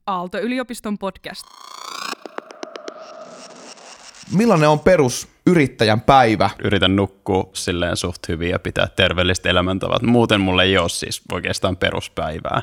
Aalto-yliopiston podcast. Millainen on perusyrittäjän päivä? Yritän nukkua silleen suht hyvin ja pitää terveelliset elämäntavat. Muuten mulle ei ole siis oikeastaan peruspäivää.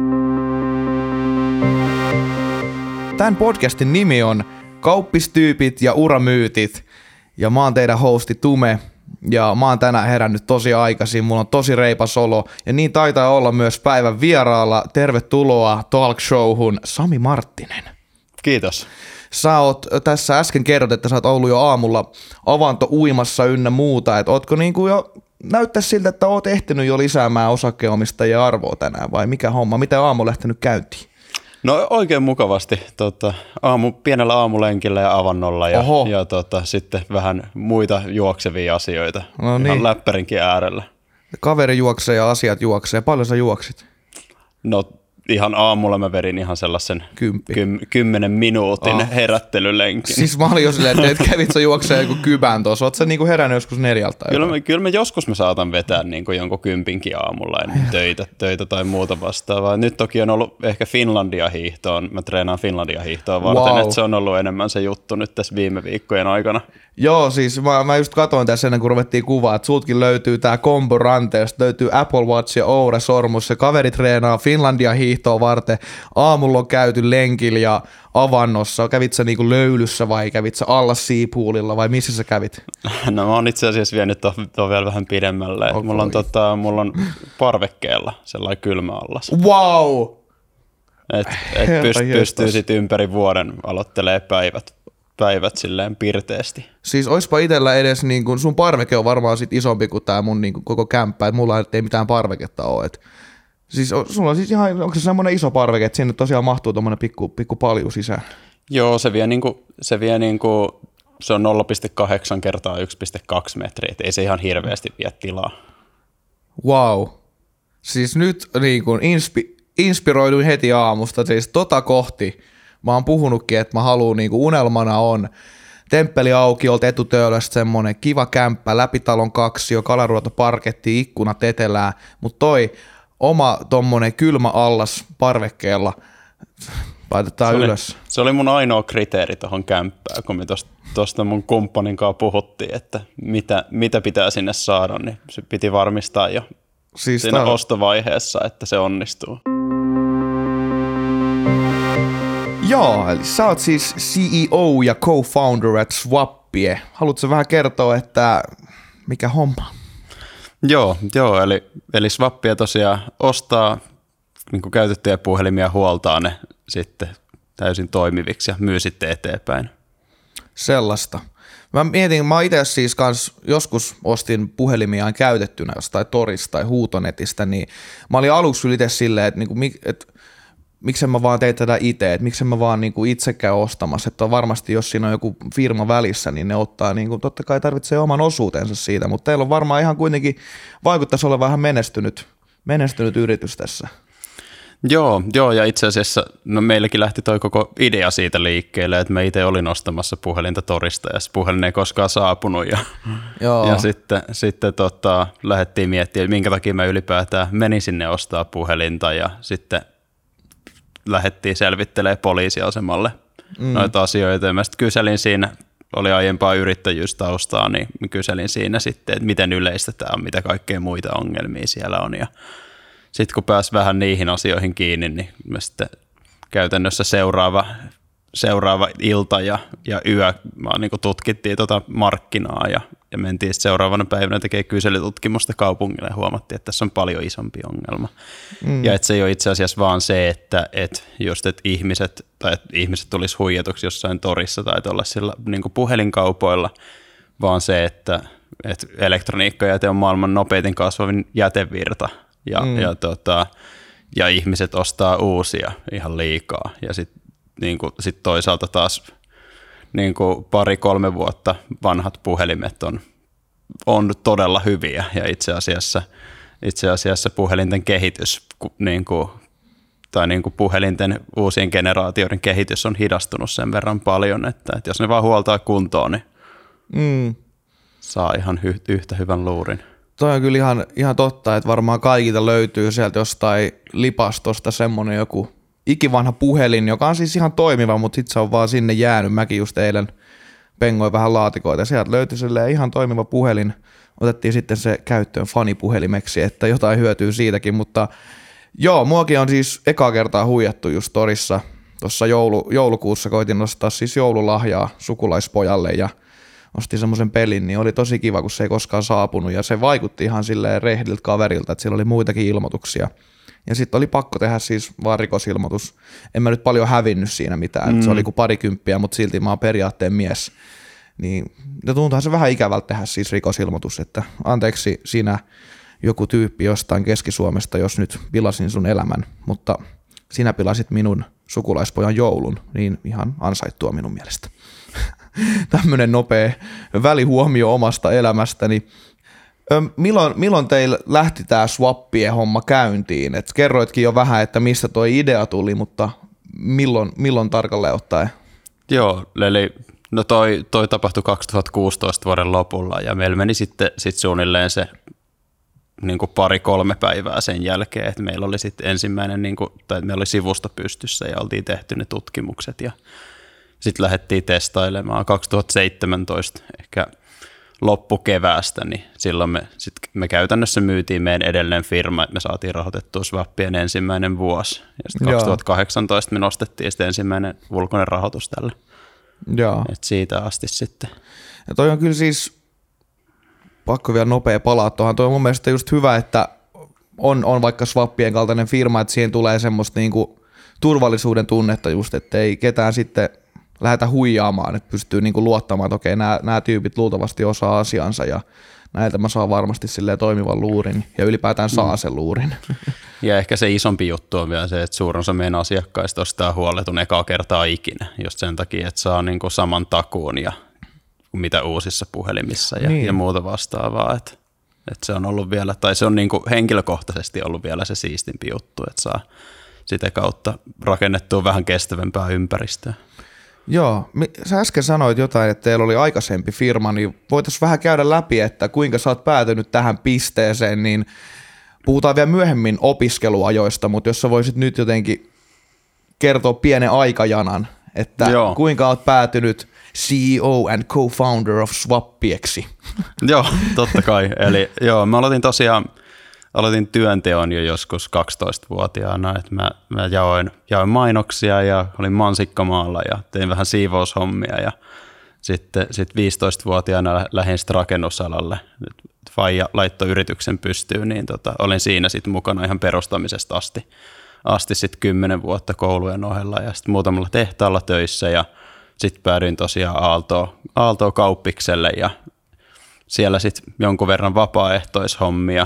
Tämän podcastin nimi on Kauppistyypit ja uramyytit. Ja mä oon teidän hosti Tume. Ja mä oon tänään herännyt tosi aikaisin, mulla on tosi reipas olo. Ja niin taitaa olla myös päivän vieraalla. Tervetuloa talk showhun Sami Marttinen. Kiitos. Sä oot tässä äsken kerrot, että sä oot ollut jo aamulla avanto uimassa ynnä muuta. Et ootko niinku jo, näyttää siltä, että oot ehtinyt jo lisäämään osakkeenomistajien arvoa tänään vai mikä homma? Miten aamu lähtenyt käyntiin? No oikein mukavasti. Pienellä aamulenkillä ja avannolla ja sitten vähän muita juoksevia asioita. No niin. Ihan läppärinkin äärellä. Kaveri juoksee ja asiat juoksee. Paljon sä juoksit? No ihan aamulla mä verin ihan sellaisen 10 minuutin herättelylenkin. Siis mä olin jo silleen, että kävit sä juokseen joku kybän tuossa. Oot sä niinku herännyt joskus 4 tai Kyllä mä joskus saatan vetää niinku jonkun 10 aamulla ennen töitä tai muuta vastaavaa. Nyt toki on ollut ehkä Finlandia-hiihtoon. Mä treenaan Finlandia-hiihtoa varten, että se on ollut enemmän se juttu nyt tässä viime viikkojen aikana. Joo, siis mä just katsoin tässä ennen kuin ruvettiin kuvaa, että sultkin löytyy tää kombo ranteesta, löytyy Apple Watch ja Oura-sormus, ja kaveri treenaa Finlandia-hiihtoa varten, aamulla on käyty lenkillä ja avannossa, kävit sä niinku löylyssä vai kävit sä allas Seapoolilla vai missä sä kävit? No mä oon itse asiassa vienyt tuon vielä vähän pidemmälle, okay. Mulla on parvekkeella sellainen kylmä allas. Wow! Pystyy sit ympäri vuoden aloittelee päivät silleen pirteästi. Siis oispa itellä edes, niin kun sun parveke on varmaan sit isompi kuin tää mun niin kun koko kämppä, että mulla ei mitään parveketta ole. Siis sulla on siis ihan, onko se semmoinen iso parveke, että sinne tosiaan mahtuu tommonen pikku palju sisään? Joo, se on 0,8 kertaa 1,2 metriä, et ei se ihan hirveästi vie tilaa. Wow. Siis nyt niin kun inspiroiduin heti aamusta, siis kohti. Mä oon puhunutkin, että mä haluun niinku unelmana on temppeliaukiolta etutöölöstä semmonen kiva kämppä, läpitalon 2, kalaruoto parketti, ikkunat etelää, mut toi oma tommonen kylmä allas parvekkeella laitetaan ylös. Se oli mun ainoa kriteeri tohon kämppään, kun me tosta mun kumppanin kanssa puhuttiin, että mitä pitää sinne saada, niin se piti varmistaa jo siis siinä ostovaiheessa, että se onnistuu. Joo, eli sä oot siis CEO ja co-founder at Swappie. Haluatko vähän kertoa, että mikä homma? Joo, eli Swappie tosiaan ostaa niin käytettyjä puhelimia, huoltaa ne sitten täysin toimiviksi ja myy sitten eteenpäin. Sellaista. Mä mietin, mä itse siis kans joskus ostin puhelimiaan käytettynä jostain torista tai huutonetistä, niin mä olin aluksi itse silleen, että miksen mä vaan tein tätä itse, että miksen mä vaan niinku itse käy ostamassa, että on varmasti jos siinä on joku firma välissä, niin ne ottaa niinku, totta kai tarvitsee oman osuutensa siitä, mutta teillä on varmaan ihan kuitenkin, vaikuttaisi olevan vähän menestynyt yritys tässä. Joo, ja itse asiassa meilläkin lähti toi koko idea siitä liikkeelle, että mä itse olin ostamassa puhelinta torista ja se puhelin ei koskaan saapunut ja sitten lähdettiin miettimään, että minkä takia mä ylipäätään menin sinne ostaa puhelinta ja sitten lähdettiin selvittelemään poliisiasemalle noita asioita. Ja mä sitten kyselin siinä, oli aiempaa yrittäjyystaustaa, niin kyselin siinä sitten, että miten yleistä tämä on, mitä kaikkea muita ongelmia siellä on. Ja sitten kun pääsi vähän niihin asioihin kiinni, niin me sitten käytännössä seuraava ilta ja yö niin tutkittiin markkinaa ja mentiin seuraavana päivänä tekemään kyselytutkimusta kaupungille ja huomattiin, että tässä on paljon isompi ongelma. Ja että se ei ole itse asiassa vaan se, että ihmiset tulisi huijatuksi jossain torissa tai tuollaisilla niin puhelinkaupoilla, vaan se, että elektroniikkajäte on maailman nopeiten kasvavin jätevirta ja ihmiset ostaa uusia ihan liikaa ja sit toisaalta taas 2-3 vuotta vanhat puhelimet on todella hyviä ja itse asiassa puhelinten kehitys tai puhelinten uusien generaatioiden kehitys on hidastunut sen verran paljon, että jos ne vaan huoltaa kuntoon, niin saa ihan yhtä hyvän luurin. Toi on kyllä ihan totta, että varmaan kaikilta löytyy sieltä jostain lipastosta semmoinen joku ikivanha puhelin, joka on siis ihan toimiva, mutta sitten se on vaan sinne jäänyt. Mäkin just eilen pengoin vähän laatikoita ja sieltä löytyi ihan toimiva puhelin. Otettiin sitten se käyttöön fanipuhelimeksi, että jotain hyötyy siitäkin, mutta joo, muakin on siis ekaa kertaa huijattu just torissa. Tuossa joulukuussa koitin nostaa siis joululahjaa sukulaispojalle ja ostin semmoisen pelin, niin oli tosi kiva, kun se ei koskaan saapunut ja se vaikutti ihan silleen rehdiltä kaverilta, että siellä oli muitakin ilmoituksia. Ja sitten oli pakko tehdä siis vaan rikosilmoitus. En mä nyt paljon hävinnyt siinä mitään, se oli kuin 20, mutta silti mä oon periaatteen mies. Niin tuntuuhan se vähän ikävältä tehdä siis rikosilmoitus, että anteeksi sinä joku tyyppi jostain Keski-Suomesta, jos nyt pilasin sun elämän, mutta sinä pilasit minun sukulaispojan joulun, niin ihan ansaittua minun mielestä. Tämmöinen nopea välihuomio omasta elämästäni. Milloin teillä lähti tämä swappien homma käyntiin? Et kerroitkin jo vähän, että mistä toi idea tuli, mutta milloin tarkalleen ottaen? Joo, eli no toi tapahtui 2016 vuoden lopulla ja meillä meni sitten suunnilleen se niin kuin 2-3 päivää sen jälkeen, että meillä oli sitten ensimmäinen, tai meillä oli sivusto pystyssä ja oltiin tehty ne tutkimukset ja sitten lähdettiin testailemaan 2017 ehkä loppukeväästä, niin silloin me käytännössä myytiin meidän edellinen firma, että me saatiin rahoitettua swappien ensimmäinen vuosi ja sitten 2018 me nostettiin sitten ensimmäinen ulkoinen rahoitus tälle. Joo. Et siitä asti sitten. Ja toi on kyllä siis, pakko vielä nopea palaa tuohon, toi on mun mielestä just hyvä, että on vaikka swappien kaltainen firma, että siihen tulee semmoista niinku turvallisuuden tunnetta just, että ei ketään sitten lähdetä huijaamaan, että pystyy niinku luottamaan, että okei, nämä tyypit luultavasti osaa asiansa ja näiltä mä saan varmasti silleen toimivan luurin ja ylipäätään saa sen luurin. Ja ehkä se isompi juttu on vielä se, että suurin osa meidän asiakkaista ostaa huoletun ekaa kertaa ikinä, just sen takia, että saa niinku saman takuun ja mitä uusissa puhelimissa ja muuta vastaavaa, että se on ollut vielä, tai se on niinku henkilökohtaisesti ollut vielä se siistimpi juttu, että saa sitä kautta rakennettua vähän kestävämpää ympäristöä. Joo, sä äsken sanoit jotain, että teillä oli aikaisempi firma, niin voitaisiin vähän käydä läpi, että kuinka sä oot päätynyt tähän pisteeseen, niin puhutaan vielä myöhemmin opiskeluajoista, mutta jos sä voisit nyt jotenkin kertoa pienen aikajanan, että kuinka oot päätynyt CEO and co-founder of Swappieksi. Joo, totta kai. Eli mä aloitin työnteon jo joskus 12-vuotiaana, että mä jaoin mainoksia ja olin mansikkamaalla ja tein vähän siivoushommia ja sitten 15-vuotiaana lähdin sitten rakennusalalle. Faija laittoi yrityksen pystyyn, niin olin siinä sitten mukana ihan perustamisesta asti sitten 10 vuotta koulujen ohella ja sitten muutamalla tehtaalla töissä ja sitten päädyin tosiaan Aaltoon Kauppikselle ja siellä sitten jonkun verran vapaaehtoishommia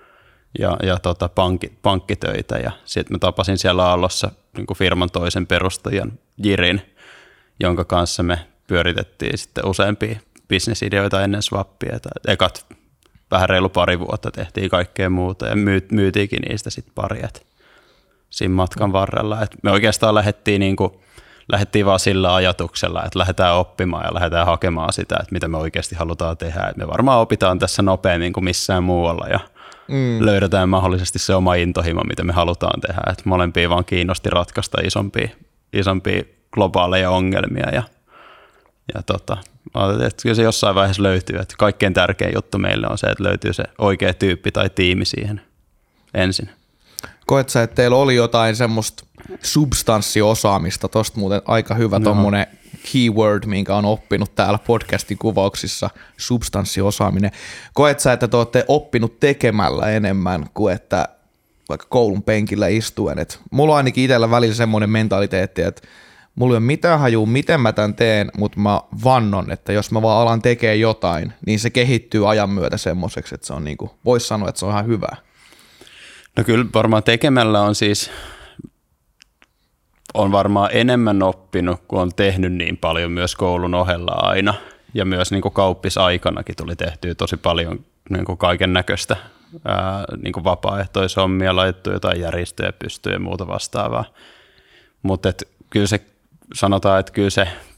ja pankkitöitä ja sitten mä tapasin siellä Aallossa niin kuin firman toisen perustajan Jirin, jonka kanssa me pyöritettiin sitten useampia bisnesideoita ennen swappia. Ekat vähän reilu pari vuotta tehtiin kaikkea muuta ja myytiinkin niistä sitten pari siinä matkan varrella. Et me oikeastaan lähdettiin vaan sillä ajatuksella, että lähdetään oppimaan ja lähdetään hakemaan sitä, että mitä me oikeasti halutaan tehdä. Et me varmaan opitaan tässä nopeammin kuin missään muualla ja löydetään mahdollisesti se oma intohimo, mitä me halutaan tehdä. Et molempia vaan kiinnosti ratkaista isompia globaaleja ongelmia ja että kyllä se jossain vaiheessa löytyy. Että kaikkein tärkein juttu meille on se, että löytyy se oikea tyyppi tai tiimi siihen ensin. Koet sä, että teillä oli jotain semmoista substanssiosaamista, tosta muuten aika hyvä tommonen keyword, minkä on oppinut täällä podcastin kuvauksissa, substanssiosaaminen. Koet sä, että te olette oppinut tekemällä enemmän kuin että vaikka koulun penkillä istuen? Et mulla on ainakin itsellä välillä semmoinen mentaliteetti, että mulla ei ole mitään hajua, miten mä tämän teen, mutta mä vannon, että jos mä vaan alan tekee jotain, niin se kehittyy ajan myötä semmoiseksi, että se on niinku, vois sanoa, että se on ihan hyvä. No kyllä varmaan tekemällä on varmaan enemmän oppinut, kun on tehnyt niin paljon myös koulun ohella aina. Ja myös niin kuin kauppisaikanakin tuli tehtyä tosi paljon niin kuin kaiken näköistä niin kuin vapaaehtoishommia, laitettu jotain järjestöjä pystyyn ja muuta vastaavaa. Mutta kyllä se sanotaan, että kyllä se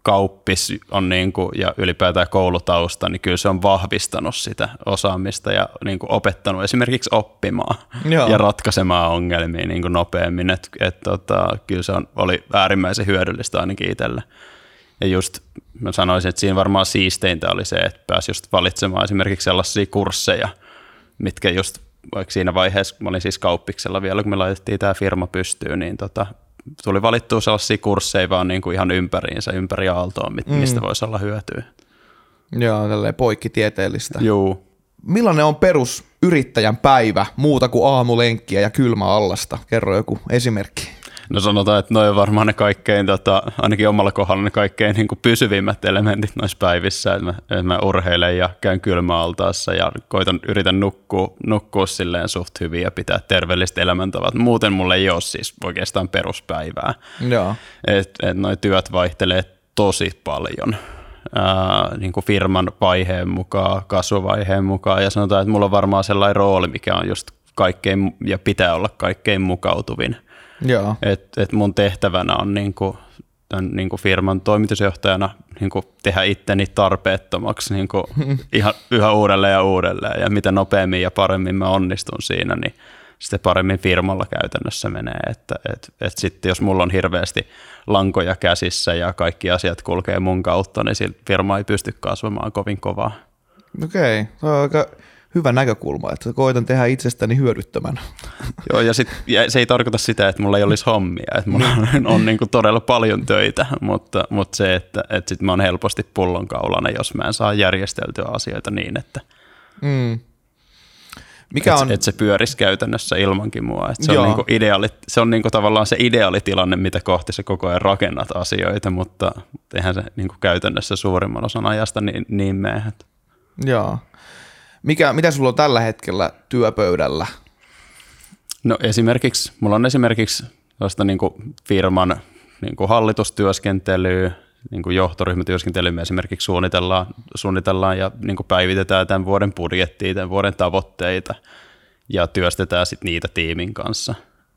kauppis on niin kuin, ja ylipäätään koulutausta, niin kyllä se on vahvistanut sitä osaamista ja niin kuin opettanut esimerkiksi oppimaan ja ratkaisemaan ongelmia niin kuin nopeammin. Kyllä se oli äärimmäisen hyödyllistä ainakin itselle. Ja just mä sanoisin, että siinä varmaan siisteintä oli se, että pääsi just valitsemaan esimerkiksi sellaisia kursseja, mitkä just vaikka siinä vaiheessa, mä olin siis kauppiksella vielä, kun me laitettiin tämä firma pystyyn, niin tuli valittua sellaisia kursseja vaan niin kuin ihan ympäri aaltoa, mistä voisi olla hyötyä. Joo, tälleen poikkitieteellistä. Joo. Millainen on perusyrittäjän päivä muuta kuin aamulenkkiä ja kylmä allasta? Kerro joku esimerkki. No sanotaan, että noi on varmaan ne kaikkein, ainakin omalla kohdalla ne kaikkein niin kuin pysyvimmät elementit noissa päivissä. Että mä urheilen ja käyn kylmäaltaassa ja yritän nukkua silleen suht hyvin ja pitää terveelliset elämäntavat. Muuten mulla ei ole siis oikeastaan peruspäivää. Joo. Noi työt vaihtelee tosi paljon niin kuin firman vaiheen mukaan, kasvuvaiheen mukaan. Ja sanotaan, että mulla on varmaan sellainen rooli, mikä on just kaikkein ja pitää olla kaikkein mukautuvin. Et mun tehtävänä on tämän firman toimitusjohtajana tehdä itteni tarpeettomaksi ihan yhä uudelleen ja mitä nopeammin ja paremmin mä onnistun siinä, niin sitten paremmin firmalla käytännössä menee. Et sitten jos mulla on hirveästi lankoja käsissä ja kaikki asiat kulkee mun kautta, niin firma ei pysty kasvamaan kovin kovaa. Okei, se on aika hyvä näkökulma, että koitan tehdä itsestäni hyödyttömän. Joo, ja se ei tarkoita sitä, että mulla ei olisi hommia, että mulla on niin kuin todella paljon töitä, mutta se, että sit mä oon helposti pullonkaulana, jos mä en saa järjesteltyä asioita niin, että että se pyörisi käytännössä ilmankin mua. Että se on, niinku se on niinku tavallaan se ideaalitilanne, mitä kohti sä koko ajan rakennat asioita, mutta eihän se niinku käytännössä suurimman osan ajasta niin mene. Joo. Mitä sulla on tällä hetkellä työpöydällä? No mulla on esimerkiksi niinku firman niinku hallitustyöskentelyä, niinku johtoryhmätyöskentelyä, me esimerkiksi suunnitellaan ja niinku päivitetään tämän vuoden budjettia, tämän vuoden tavoitteita ja työstetään sit niitä tiimin kanssa.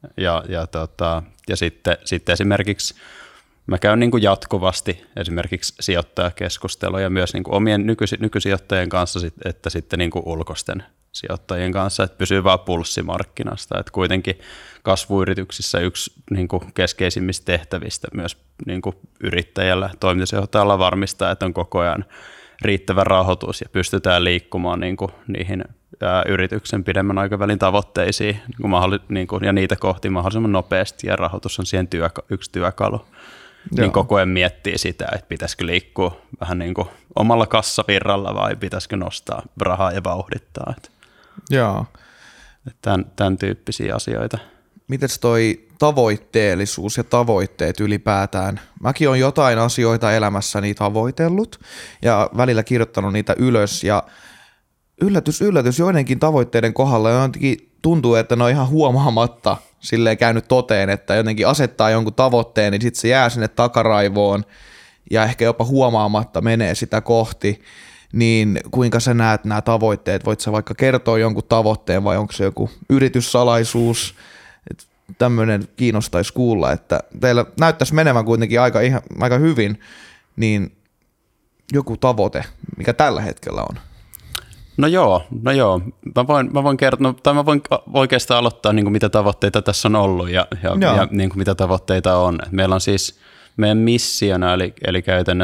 Ja sitten esimerkiksi mä käyn niin kuin jatkuvasti esimerkiksi sijoittajakeskusteluja myös niin kuin omien nykysijoittajien kanssa, että sitten niin kuin ulkoisten sijoittajien kanssa, että pysyy vaan pulssi markkinasta. Että kuitenkin kasvuyrityksissä yksi niin kuin keskeisimmistä tehtävistä myös niin kuin yrittäjällä, toimitusjohtajalla varmistaa, että on koko ajan riittävä rahoitus ja pystytään liikkumaan niin kuin niihin yrityksen pidemmän aikavälin tavoitteisiin ja niitä kohti mahdollisimman nopeasti, ja rahoitus on siihen yksi työkalu. Niin koko ajan miettii sitä, että pitäisikö liikkua vähän niin kuin omalla kassavirralla vai pitäisikö nostaa rahaa ja vauhdittaa. Joo. Tämän tyyppisiä asioita. Mites toi tavoitteellisuus ja tavoitteet ylipäätään? Mäkin olen jotain asioita elämässäni tavoitellut ja välillä kirjoittanut niitä ylös, ja yllätys, joidenkin tavoitteiden kohdalla jotenkin tuntuu, että ne on ihan huomaamatta silleen käynyt toteen, että jotenkin asettaa jonkun tavoitteen, niin sitten se jää sinne takaraivoon ja ehkä jopa huomaamatta menee sitä kohti. Niin kuinka sä näet nämä tavoitteet? Voit sä vaikka kertoa jonkun tavoitteen vai onko se joku yrityssalaisuus? Tämmöinen kiinnostaisi kuulla, että teillä näyttäisi menevän kuitenkin aika hyvin, niin joku tavoite, mikä tällä hetkellä on? No joo. Mä voin kertoa, tai mä voin oikeastaan aloittaa, niin kuin mitä tavoitteita tässä on ollut ja niin kuin mitä tavoitteita on. Meillä on siis meidän missiona, eli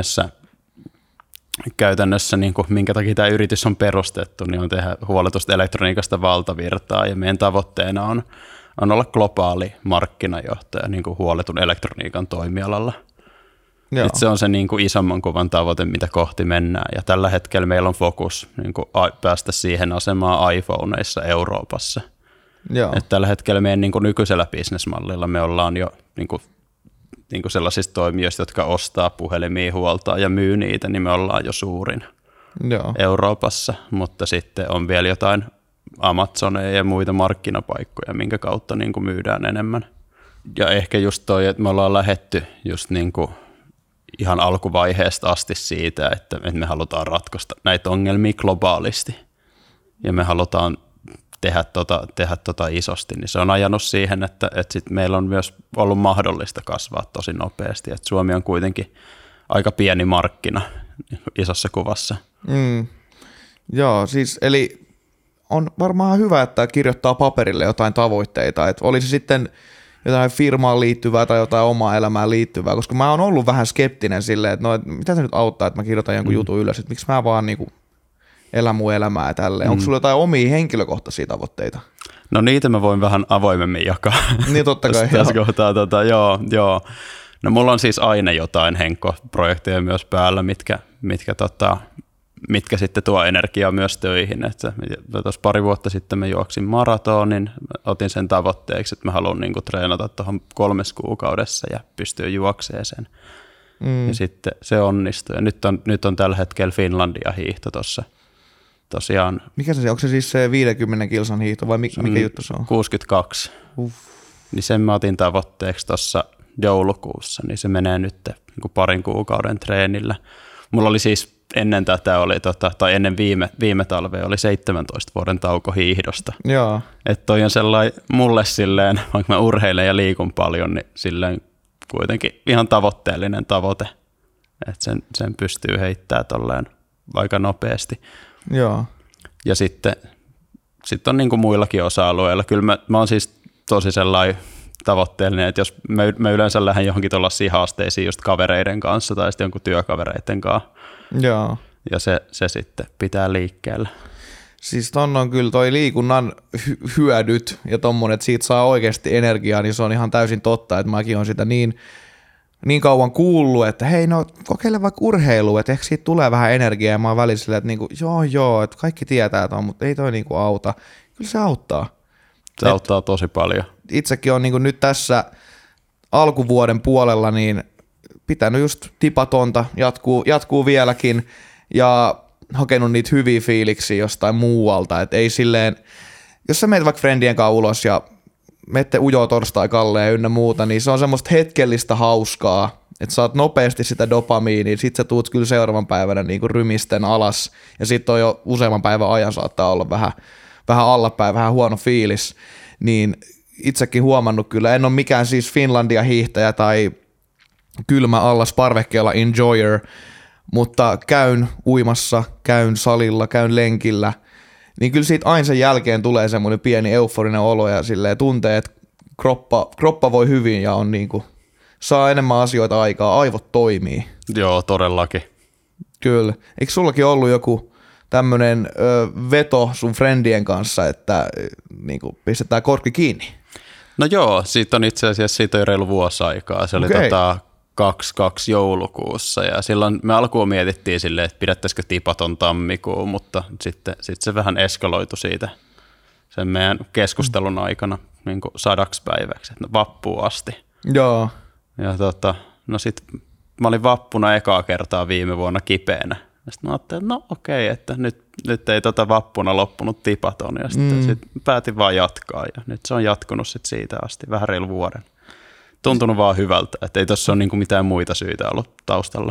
käytännössä niin kuin minkä takia tämä yritys on perustettu, niin on tehdä huolletusta elektroniikasta valtavirtaa, ja meidän tavoitteena on olla globaali markkinajohtaja niin kuin huolletun elektroniikan toimialalla. Se on se niin kuin isomman kuvan tavoite, mitä kohti mennään, ja tällä hetkellä meillä on fokus niin kuin päästä siihen asemaan iPhoneissa Euroopassa. Et tällä hetkellä meidän niin kuin nykyisellä bisnesmallilla me ollaan jo niin kuin sellaisista toimijoista, jotka ostaa puhelimia, huoltaa ja myy niitä, niin me ollaan jo suurin Euroopassa, mutta sitten on vielä jotain Amazoneja ja muita markkinapaikkoja, minkä kautta niin kuin myydään enemmän. Ja ehkä just toi, että me ollaan lähdetty just niin kuin ihan alkuvaiheesta asti siitä, että me halutaan ratkaista näitä ongelmia globaalisti ja me halutaan tehdä tota isosti, niin se on ajanut siihen, että sit meillä on myös ollut mahdollista kasvaa tosi nopeasti. Et Suomi on kuitenkin aika pieni markkina isossa kuvassa. Joo, siis eli on varmaan hyvä, että kirjoittaa paperille jotain tavoitteita, että olisi sitten jotain firmaan liittyvää tai jotain omaa elämään liittyvää, koska mä oon ollut vähän skeptinen silleen, että no, et mitä se nyt auttaa, että mä kirjoitan jonkun jutun ylös, että miksi mä vaan niinku elän mun elämää tälleen. Onko sulla jotain omia henkilökohtaisia tavoitteita? No niitä mä voin vähän avoimemmin jakaa. Niin totta kai. Tässä kohtaa, joo. No mulla on siis aina jotain henkkoprojekteja myös päällä, mitkä sitten tuo energiaa myös töihin. Tuossa pari vuotta sitten mä juoksin maratonin, otin sen tavoitteeksi, että mä haluan niinku treenata tuohon 3 kuukaudessa ja pystyä juoksemaan sen. Ja sitten se onnistui. Ja nyt on tällä hetkellä Finlandia hiihto tuossa. Tosiaan. Mikä se on? Onko se siis se 50 kilsan hiihto vai mikä juttu se on? 62. Niin sen mä otin tavoitteeksi tuossa joulukuussa, niin se menee nyt niin parin kuukauden treenillä. Mulla oli siis ennen tätä, tai ennen viime talvea oli 17 vuoden tauko hiihdosta. Joo. Että toi on sellainen mulle silleen, vaikka mä urheilen ja liikun paljon, niin silleen kuitenkin ihan tavoitteellinen tavoite. Että sen pystyy heittämään tolleen aika nopeasti. Joo. Ja sitten on niin kuin muillakin osa-alueilla. Kyllä mä oon siis tosi sellainen tavoitteellinen, että jos mä yleensä lähden johonkin tuollaisiin haasteisiin just kavereiden kanssa tai sitten jonkun työkavereiden kanssa. Joo. Ja se sitten pitää liikkeellä. Siis ton on kyllä toi liikunnan hyödyt ja tommonen, että siitä saa oikeasti energiaa, niin se on ihan täysin totta, että mäkin on sitä niin kauan kuullut, että hei no kokeile vaikka urheilua, että ehkä siitä tulee vähän energiaa ja mä oon välillä silleen, että niinku, joo, että kaikki tietää ton, mutta ei toi niinku auta. Kyllä se auttaa. Se auttaa tosi paljon. Itsekin on niinku nyt tässä alkuvuoden puolella niin pitänyt just tipatonta, jatkuu vieläkin ja hakenut niitä hyviä fiiliksiä jostain muualta, että ei silleen, jos sä meet vaikka friendien kanssa ulos ja menette ujoo torstai-kalleen ynnä muuta, niin se on semmoista hetkellistä hauskaa, että saat nopeasti sitä dopamiinia, sit sä tuut kyllä seuraavan päivänä niinku rymisten alas, ja sit on jo useamman päivän ajan saattaa olla vähän allapäin, vähän huono fiilis, niin itsekin huomannut kyllä, en ole mikään siis Finlandia hiihtäjä tai kylmä allas parvekkeella enjoyer, mutta käyn uimassa, käyn salilla, käyn lenkillä, niin kyllä siitä aina sen jälkeen tulee semmoinen pieni euforinen olo ja silleen tuntee, että kroppa voi hyvin ja on niinku, saa enemmän asioita aikaa, aivot toimii. Joo, todellakin. Kyllä. Eikö sullakin ollut joku tämmöinen veto sun friendien kanssa, että niinku, pistetään korkki kiinni? No joo, siitä on itse asiassa siitä jo reilu vuosi aikaa. Se oli 22 joulukuussa ja silloin me alkuun mietittiin silleen, että pidettäisikö tipaton tammikuun, mutta sitten se vähän eskaloitu siitä sen meidän keskustelun aikana niin kuin 100 päiväksi, että vappuun asti. Joo. Ja no sitten mä olin vappuna ekaa kertaa viime vuonna kipeänä. Ja sitten mä ajattelin, että no okei, että nyt ei vappuna loppunut tipaton ja sitten päätin vaan jatkaa ja nyt se on jatkunut sitten siitä asti vähän reilu vuoden. Tuntunut vaan hyvältä, että ei tuossa ole niinku mitään muita syitä ollut taustalla.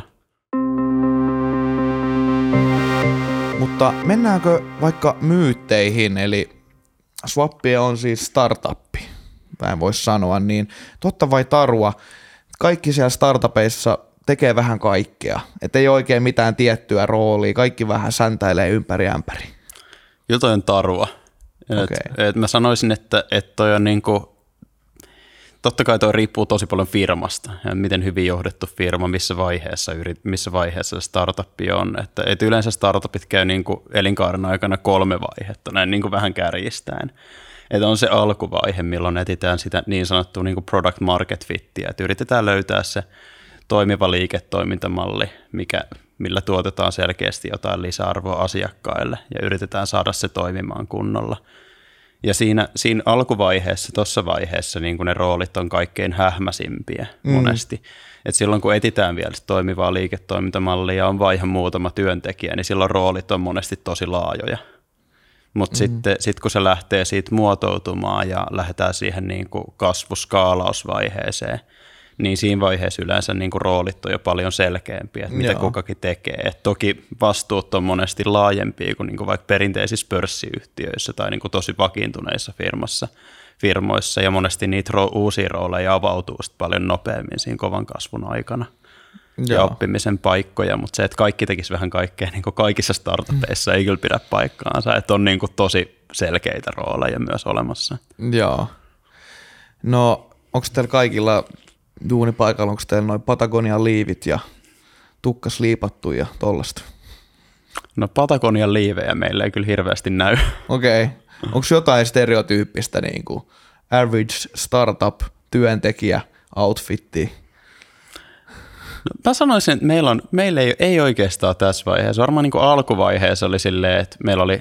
Mutta mennäänkö vaikka myytteihin, eli Swappie on siis startuppi, näin voisi sanoa, niin totta vai tarua, kaikki siellä startupeissa tekee vähän kaikkea, että ei oikein mitään tiettyä roolia, kaikki vähän säntäilee ympäri ämpäri. Jotain tarua. Okay. Et mä sanoisin, että toi on niinku, totta kai toi riippuu tosi paljon firmasta ja miten hyvin johdettu firma, missä vaiheessa se startuppi on. Että yleensä startupit käy niinku elinkaaren aikana 3 vaihetta, näin niinku vähän kärjistäen. Että on se alkuvaihe, milloin etsitään sitä niin sanottua niinku product market fittiä, että yritetään löytää se toimiva liiketoimintamalli, millä tuotetaan selkeästi jotain lisäarvoa asiakkaille ja yritetään saada se toimimaan kunnolla. Ja siinä alkuvaiheessa, tuossa vaiheessa niin kun ne roolit on kaikkein hähmäsimpiä monesti. Et silloin kun etsitään vielä toimivaa liiketoimintamallia ja on vaihe muutama työntekijä, niin silloin roolit on monesti tosi laajoja. Mutta sitten kun se lähtee siitä muotoutumaan ja lähdetään siihen niin kuin kasvuskaalausvaiheeseen, niin siinä vaiheessa yleensä niin kuin roolit on jo paljon selkeämpiä, että mitä kukakin tekee. Et toki vastuut on monesti laajempia kuin, vaikka perinteisissä pörssiyhtiöissä tai niin kuin tosi vakiintuneissa firmoissa, ja monesti niitä uusia rooleja avautuu paljon nopeammin siinä kovan kasvun aikana. ja oppimisen paikkoja, mutta se, että kaikki tekisi vähän kaikkea niin kuin kaikissa startupeissa ei kyllä pidä paikkaansa, että on niin kuin tosi selkeitä rooleja myös olemassa. Joo. No, onko teillä kaikilla duunipaikalla, onko teillä noin Patagonian liivit ja tukka sliipattu ja tollaista? No Patagonian liivejä meillä ei kyllä hirveästi näy. Okei. Onko jotain stereotyyppistä niin kuin average startup työntekijä outfittiä? No, mä sanoisin, että meillä ei oikeastaan tässä vaiheessa. Varmaan niin kuin alkuvaiheessa oli silleen, että meillä oli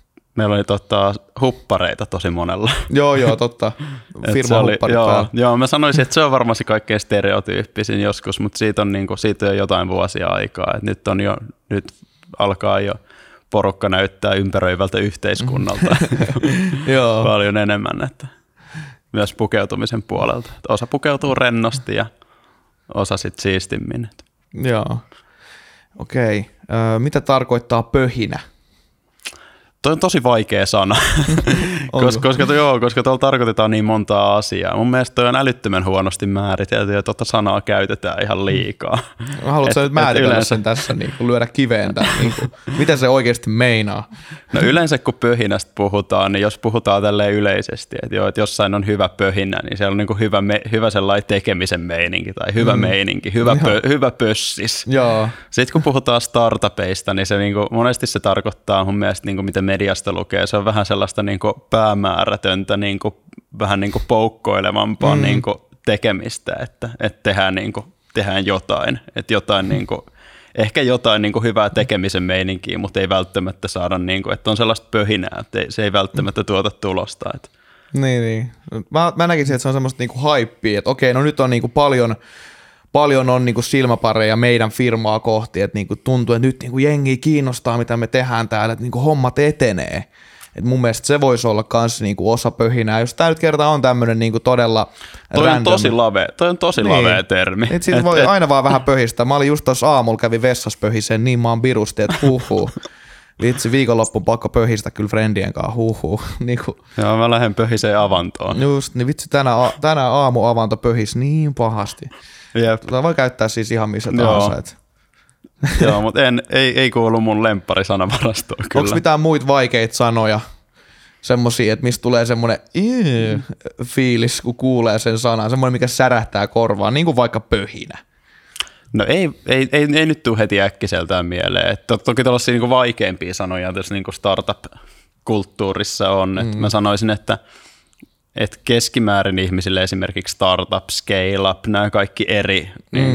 huppareita tosi monella. Joo, totta. Firma-hupparit päällä. Joo, mä sanoisin, että se on varmaan se kaikkein stereotyyppisin joskus, mutta siitä on jo jotain vuosia aikaa. Et nyt alkaa jo porukka näyttää ympäröivältä yhteiskunnalta paljon enemmän, että myös pukeutumisen puolelta. Että osa pukeutuu rennosti ja osa sitten siistimmin. Joo, okei. Mitä tarkoittaa pöhinä? Toi on tosi vaikea sana, koska tuolla tarkoitetaan niin montaa asiaa. Mun mielestä toi on älyttömän huonosti määritelty ja tuota sanaa käytetään ihan liikaa. Haluatko nyt määritellä sen tässä, niin kuin lyödä kiveen tämän, niin kuin, mitä se oikeasti meinaa? No yleensä kun pöhinästä puhutaan, niin jos puhutaan tälleen yleisesti, että jossain on hyvä pöhinä, niin siellä on niin kuin hyvä sellainen tekemisen meininki tai hyvä meininki, hyvä pössis. Joo. Sitten kun puhutaan startupeista, niin se niin kuin, monesti se tarkoittaa mun mielestä, niin kuin miten mediasta lukee, se on vähän sellaista niin kuin päämäärätöntä, niin kuin, vähän niin kuin poukkoilevampaa niin kuin tekemistä, että tehdään jotain, että jotain niin kuin, ehkä jotain niin kuin hyvää tekemisen meininkiä, mutta ei välttämättä saada, niin kuin, että on sellaista pöhinää, että se ei välttämättä tuota tulosta. Että. Niin. Mä näkisin, että se on semmoista niin kuin haippia, että okei, no nyt on niin kuin paljon on niinku silmäpareja meidän firmaa kohti, että niinku tuntuu, että nyt niinku jengi kiinnostaa, mitä me tehdään täällä, että niinku hommat etenee. Et mun mielestä se voisi olla myös niinku osa pöhinää, jos tämä nyt kertaa on tämmöinen niinku todella random. Toi on tosi lavea termi. Siitä voi aina vaan vähän pöhistää. Mä olin just tuossa aamulla, kävin vessassa pöhiseen, niin mä oon birusti, että huuhuu. Vitsi, viikonloppuun pakko pöhistä kyllä friendien kanssa, huuhuu. Niinku. Joo, mä lähden pöhiseen avantoon. Just, niin vitsi, tänä aamuavanto pöhisi niin pahasti. Jep. Tätä voi käyttää siis ihan missä tahansa. Joo, mutta ei kuulu mun lempparisanavarastoon kyllä. Onko mitään muita vaikeita sanoja? Semmoisia, että mistä tulee semmoinen fiilis, kun kuulee sen sanan. Semmoinen, mikä särähtää korvaan, niin kuin vaikka pöhinä. No ei nyt tule heti äkkiseltään mieleen. Että toki tällaisia niin kuin vaikeampia sanoja tässä niin kuin startup-kulttuurissa on. Että mä sanoisin, että keskimäärin ihmisille esimerkiksi startup, scale up, nämä kaikki eri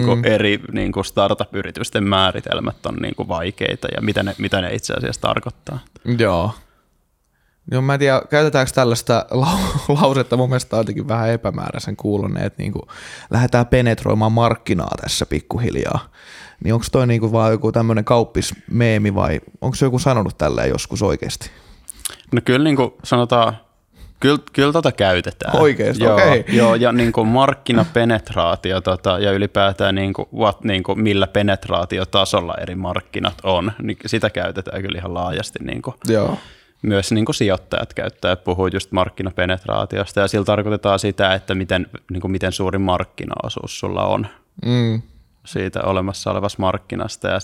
niin kuin startup-yritysten määritelmät on niin kuin vaikeita ja mitä ne itse asiassa tarkoittaa. Joo, mä en tiedä, käytetäänkö tällaista lausetta, mun mielestä on jotenkin vähän epämääräisen kuulonen, että niin kuin lähdetään penetroimaan markkinaa tässä pikkuhiljaa. Niin onko toi niin kuin vaan joku tämmöinen kauppismeemi vai onko se joku sanonut tälleen joskus oikeasti? No kyllä niin kuin sanotaan, Kyllä tota käytetään. Oikeasti, okei. Joo, ja niin kuin markkinapenetraatio ja ylipäätään niin kuin millä penetraatiotasolla eri markkinat on, niin sitä käytetään kyllä ihan laajasti. Niin kuin. Joo. Myös niin kuin sijoittajat puhuu just markkinapenetraatiosta ja sillä tarkoitetaan sitä, että miten suuri markkinaosuus sulla on siitä olemassa olevasta markkinasta ja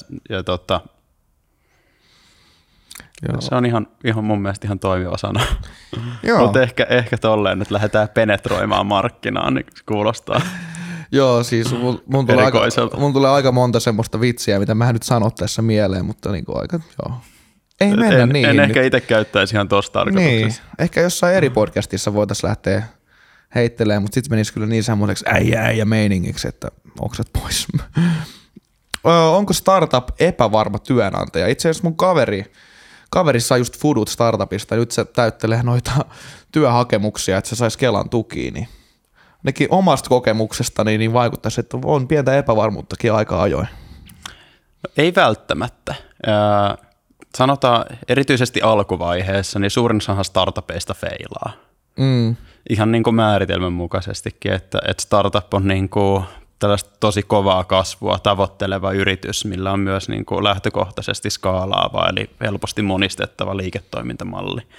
se on ihan mun mielestä ihan toimiva sana. Mutta ehkä tolleen nyt lähdetään penetroimaan markkinaan, niin kuulostaa. Joo, siis mun tulee aika monta semmoista vitsiä, mitä mä nyt sanot tässä mieleen, mutta niin kuin aika, joo. Ei mennä niin. En ehkä itse käyttäisi ihan tuossa tarkoituksessa. Niin, ehkä jossain eri podcastissa voitaisiin lähteä heittelemään, mutta sitten menisi kyllä niin semmoiseksi äijä meiningiksi, että oksat pois. Onko startup epävarma työnantaja? Itse asiassa mun kaveri sai just Fudut startupista, nyt se täyttelee noita työhakemuksia, että se saisi Kelan tukiin, niin nekin omasta kokemuksestani niin vaikuttaisi, että on pientä epävarmuuttakin aika ajoin. Ei välttämättä. Sanotaan erityisesti alkuvaiheessa, niin suurin osa startupeista feilaa. Ihan niin kuin määritelmän mukaisestikin, että startup on niin kuin tällaista tosi kovaa kasvua tavoitteleva yritys, millä on myös niin kuin lähtökohtaisesti skaalaava eli helposti monistettava liiketoimintamalli.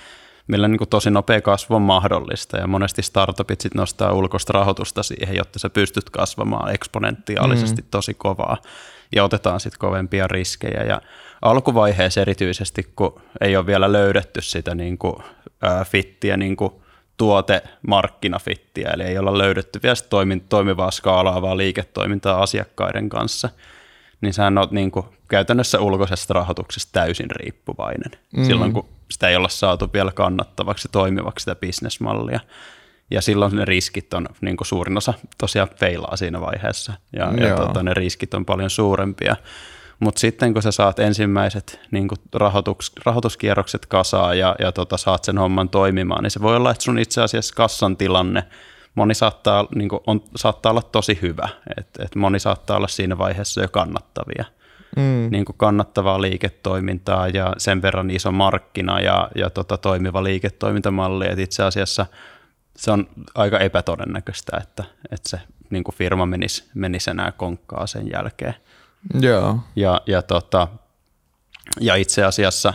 millä niin kuin tosi nopea kasvu on mahdollista ja monesti startupit sit nostaa ulkoista rahoitusta siihen, jotta sä pystyt kasvamaan eksponentiaalisesti tosi kovaa ja otetaan sitten kovempia riskejä ja alkuvaiheessa erityisesti, kun ei ole vielä löydetty sitä niin kuin, fittiä, niin kuin tuote-markkinafittiä, eli ei olla löydetty vielä toimivaa skaalaavaa liiketoimintaa asiakkaiden kanssa, niin sä oot niin kuin käytännössä ulkoisesta rahoituksesta täysin riippuvainen silloin, kun sitä ei olla saatu vielä kannattavaksi toimivaksi sitä bisnesmallia. Ja silloin ne riskit on, niin kuin suurin osa tosiaan feilaa siinä vaiheessa, ja ne riskit on paljon suurempia. Mutta sitten kun sä saat ensimmäiset niin kuin rahoituskierrokset kasaan ja saat sen homman toimimaan, niin se voi olla, että sun itse asiassa kassan tilanne, moni saattaa, niin kuin saattaa olla tosi hyvä, että moni saattaa olla siinä vaiheessa jo kannattavia. Niin kuin kannattavaa liiketoimintaa ja sen verran iso markkina ja toimiva liiketoimintamalli, että itse asiassa se on aika epätodennäköistä, että se niin kuin firma menisi enää konkkaa sen jälkeen. Joo. Ja itse asiassa,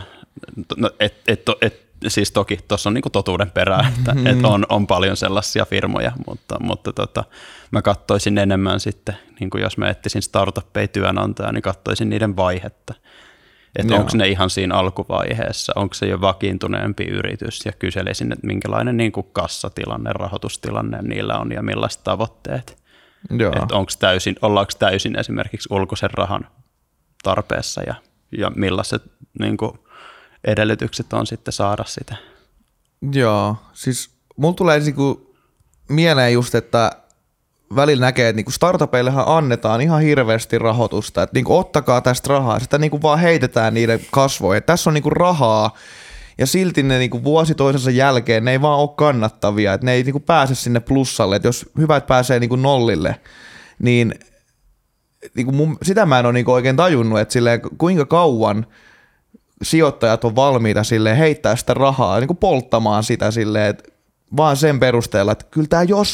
siis toki tuossa on niinku totuuden perää, että on paljon sellaisia firmoja, mutta mä katsoisin enemmän sitten, niin kuin jos mä etsisin startuppeja työnantajaa, niin katsoisin niiden vaihetta. Että onko ne ihan siinä alkuvaiheessa, onko se jo vakiintuneempi yritys ja kyselisin, että minkälainen niin kuin kassatilanne, rahoitustilanne niillä on ja millaiset tavoitteet. Että ollaanko täysin esimerkiksi ulkoisen rahan tarpeessa ja millaiset niin kuin edellytykset on sitten saada sitä. Joo, siis mulla tulee mieleen just, että välillä näkee, että niinku startupeillehan annetaan ihan hirveästi rahoitusta, että niinku ottakaa tästä rahaa, sitä niinku vaan heitetään niiden kasvoihin, että tässä on niinku rahaa, ja silti ne niinku vuosi toisensa jälkeen ne ei vaan ole kannattavia, että ne ei niinku pääse sinne plussalle, että jos hyvät pääsee niinku nollille, niin niinku sitä mä en ole niinku oikein tajunnut, että silleen, kuinka kauan sijoittajat on valmiita silleen heittää sitä rahaa, niinku polttamaan sitä silleen, että vaan sen perusteella, että kyllä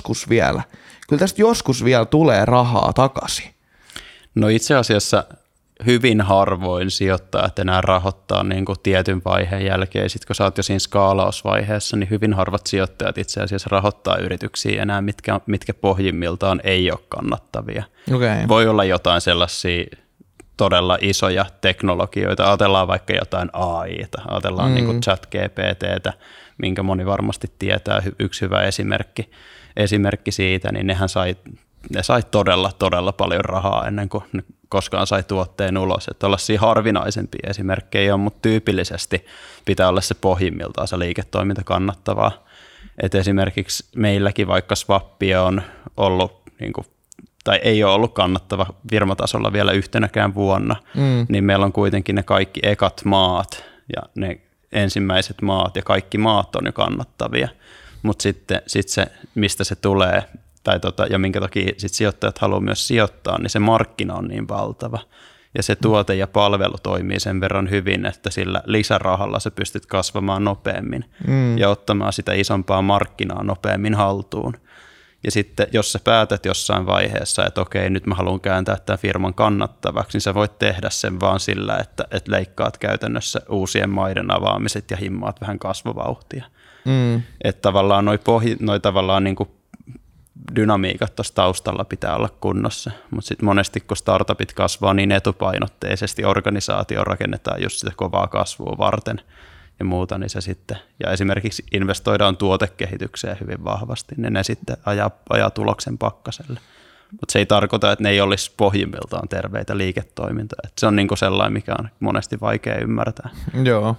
tästä joskus vielä tulee rahaa takaisin. No itse asiassa hyvin harvoin sijoittajat enää rahoittaa niin kuin tietyn vaiheen jälkeen. Sitten kun sä oot jo siinä skaalausvaiheessa, niin hyvin harvat sijoittajat itse asiassa rahoittaa yrityksiä enää, mitkä pohjimmiltaan ei ole kannattavia. Okay. Voi olla jotain sellaisia todella isoja teknologioita. Ajatellaan vaikka jotain AI:ta, ajatellaan niin kuin ChatGPT:tä, minkä moni varmasti tietää. Yksi hyvä esimerkki siitä, niin ne sai todella paljon rahaa ennen kuin ne koskaan sai tuotteen ulos. Että tällaisia harvinaisempia esimerkkejä on, mutta tyypillisesti pitää olla se pohjimmiltaan se liiketoiminta kannattavaa. Et esimerkiksi meilläkin vaikka Swappi on ollut, tai ei ole ollut kannattava firmatasolla vielä yhtenäkään vuonna, niin meillä on kuitenkin ne kaikki ekat maat ja ne ensimmäiset maat ja kaikki maat on jo kannattavia. Mutta sitten se, mistä se tulee, ja minkä takia sit sijoittajat haluaa myös sijoittaa, niin se markkina on niin valtava. Ja se tuote ja palvelu toimii sen verran hyvin, että sillä lisärahalla sä pystyt kasvamaan nopeammin ja ottamaan sitä isompaa markkinaa nopeammin haltuun. Ja sitten jos sä päätät jossain vaiheessa, että okei, nyt mä haluan kääntää tämän firman kannattavaksi, niin sä voit tehdä sen vaan sillä, että leikkaat käytännössä uusien maiden avaamiset ja himmaat vähän kasvuvauhtia. Että tavallaan noi tavallaan niin kuin dynamiikat tuossa taustalla pitää olla kunnossa, mutta sitten monesti kun startupit kasvaa niin etupainotteisesti, organisaatio rakennetaan just sitä kovaa kasvua varten ja muuta, niin se sitten, ja esimerkiksi investoidaan tuotekehitykseen hyvin vahvasti, niin ne sitten ajaa tuloksen pakkaselle. Mutta se ei tarkoita, että ne ei olisi pohjimmiltaan terveitä liiketoimintaa. Et se on niinku sellainen, mikä on monesti vaikea ymmärtää. Joo.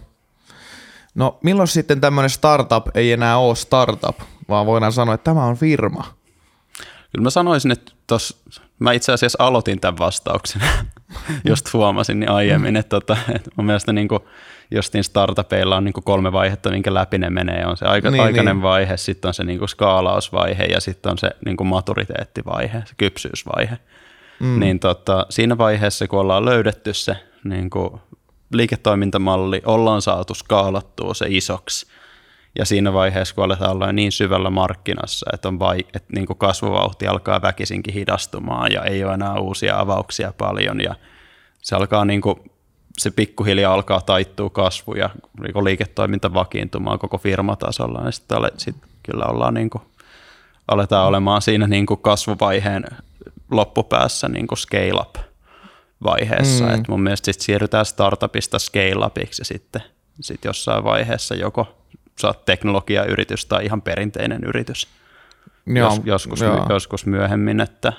No milloin sitten tämmöinen startup ei enää ole startup, vaan voidaan sanoa, että tämä on firma? Kyllä mä sanoisin, että mä itse asiassa aloitin tämän vastauksen, just huomasin niin aiemmin, että mun mielestä niin jostain startupeilla on niin 3 vaihetta, minkä läpi ne menee. On se aikainen vaihe, sitten on se niin skaalausvaihe ja sitten on se niin maturiteettivaihe, se kypsyysvaihe. Niin siinä vaiheessa, kun ollaan löydetty se niin liiketoimintamalli, ollaan saatu skaalattua se isoksi. Ja siinä vaiheessa, kun aletaan olla niin syvällä markkinassa, että niin kuin kasvuvauhti alkaa väkisinkin hidastumaan ja ei ole enää uusia avauksia paljon ja se alkaa niin kuin se pikkuhiljaa alkaa taittua kasvu ja liiketoiminta vakiintumaan koko firmatasolla, niin sitten kyllä ollaan niin kuin, aletaan olemaan siinä niin kuin kasvuvaiheen loppupäässä niin kuin scale-up-vaiheessa. Et mun mielestä sitten siirrytään startupista scale-upiksi ja sitten jossain vaiheessa joko saat teknologiayritys tai ihan perinteinen yritys. Joskus myöhemmin, että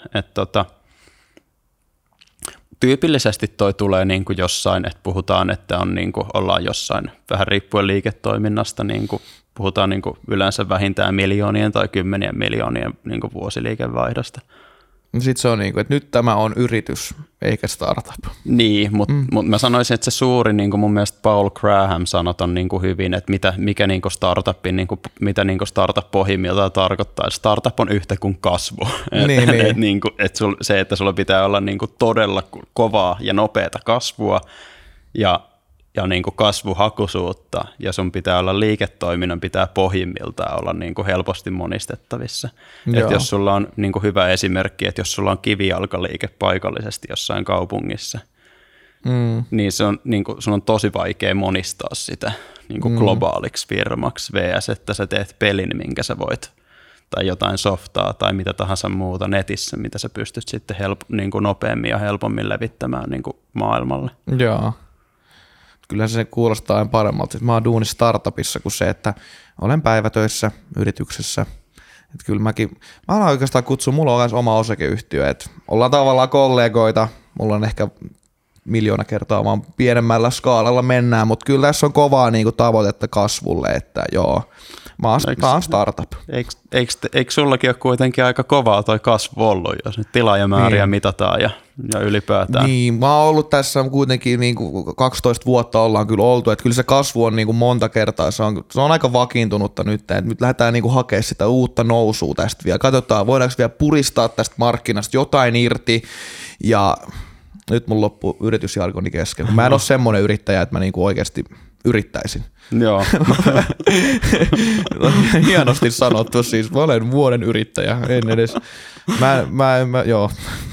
tyypillisesti toi tulee niin kuin jossain, että puhutaan, että on niin kuin, ollaan jossain vähän riippuen liiketoiminnasta, niin kuin, puhutaan niin kuin yleensä vähintään miljoonien tai kymmenien miljoonien niin kuin vuosiliikevaihdosta. Sitten se on niin kuin, että nyt tämä on yritys eikä startup. Niin, mutta mä sanoisin, että se suuri, niin kuin mun mielestä Paul Graham sanoi on niin kuin hyvin, että mikä niin kuin startupin, niin kuin, mitä niin kuin startup pohjimmiltaan tarkoittaa. Startup on yhtä kuin kasvu. Se, että sulla pitää olla niin kuin todella kovaa ja nopeata kasvua ja niin kuin kasvuhakuisuutta, ja sun pitää olla liiketoiminnan, pitää pohjimmiltaan olla niin kuin helposti monistettavissa. Että jos sulla on niin kuin hyvä esimerkki, että jos sulla on kivijalkaliike paikallisesti jossain kaupungissa, niin se on, niin kuin, sun on tosi vaikea monistaa sitä niin kuin globaaliksi firmaksi vs. että sä teet pelin, minkä sä voit, tai jotain softaa tai mitä tahansa muuta netissä, mitä sä pystyt sitten niin kuin nopeammin ja helpommin levittämään niin kuin maailmalle. Joo. Kyllä se kuulostaa aina paremmalta. Mä oon duuni startupissa kuin se, että olen päivätöissä yrityksessä. Että kyllä mä alan oikeastaan kutsua, mulla on myös oma osakeyhtiö, että ollaan tavallaan kollegoita, mulla on ehkä 1,000,000 kertaa vaan pienemmällä skaalalla mennään, mutta kyllä tässä on kovaa niinku tavoitetta kasvulle, että joo, mä oon startup. Eikö sullakin ole kuitenkin aika kovaa toi kasvu ollut, jos nyt tilaajamääriä mitataan ja ylipäätään? Niin, mä oon ollut tässä kuitenkin niinku 12 vuotta ollaan kyllä oltu, että kyllä se kasvu on niinku monta kertaa, se on aika vakiintunutta nyt, että nyt lähdetään niinku hakemaan sitä uutta nousua tästä vielä, katsotaan voidaanko vielä puristaa tästä markkinasta jotain irti ja nyt mun loppu yritysjargoni kesken. Mä en ole semmoinen yrittäjä, että mä niinku oikeasti yrittäisin. Joo. Hienosti sanottu, siis mä olen vuoden yrittäjä, en edes. Joo.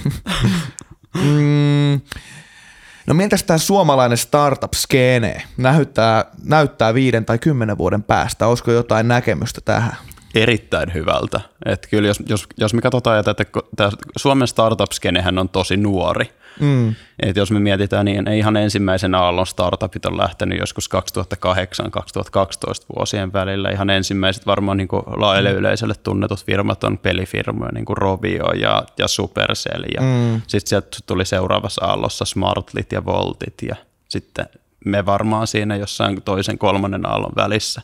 No mientäs tää suomalainen startup-skeene näyttää 5 tai 10 vuoden päästä? Olisiko jotain näkemystä tähän? Erittäin hyvältä. Että kyllä jos me katsotaan, että Suomen startup-skenehän on tosi nuori. Että jos me mietitään, niin ihan ensimmäisen aallon startupit on lähtenyt joskus 2008-2012 vuosien välillä. Ihan ensimmäiset varmaan niin kuin laajalle yleisölle tunnetut firmat on pelifirmoja, niin kuin Rovio ja Supercell. Ja sitten sieltä tuli seuraavassa aallossa Smartlit ja Voltit ja sitten me varmaan siinä jossain toisen kolmannen aallon välissä.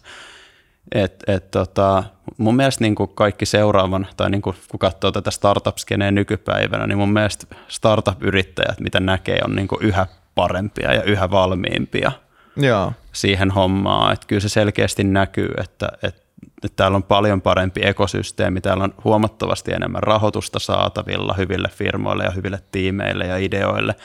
Mun mielestä niin kuin kaikki seuraavan, tai niin kuin, kun katsoo tätä startup-skeneä nykypäivänä, niin mun mielestä startup-yrittäjät, mitä näkee, on niin kuin yhä parempia ja yhä valmiimpia siihen hommaan. Että kyllä se selkeästi näkyy, että täällä on paljon parempi ekosysteemi, täällä on huomattavasti enemmän rahoitusta saatavilla hyville firmoille ja hyville tiimeille ja ideoille.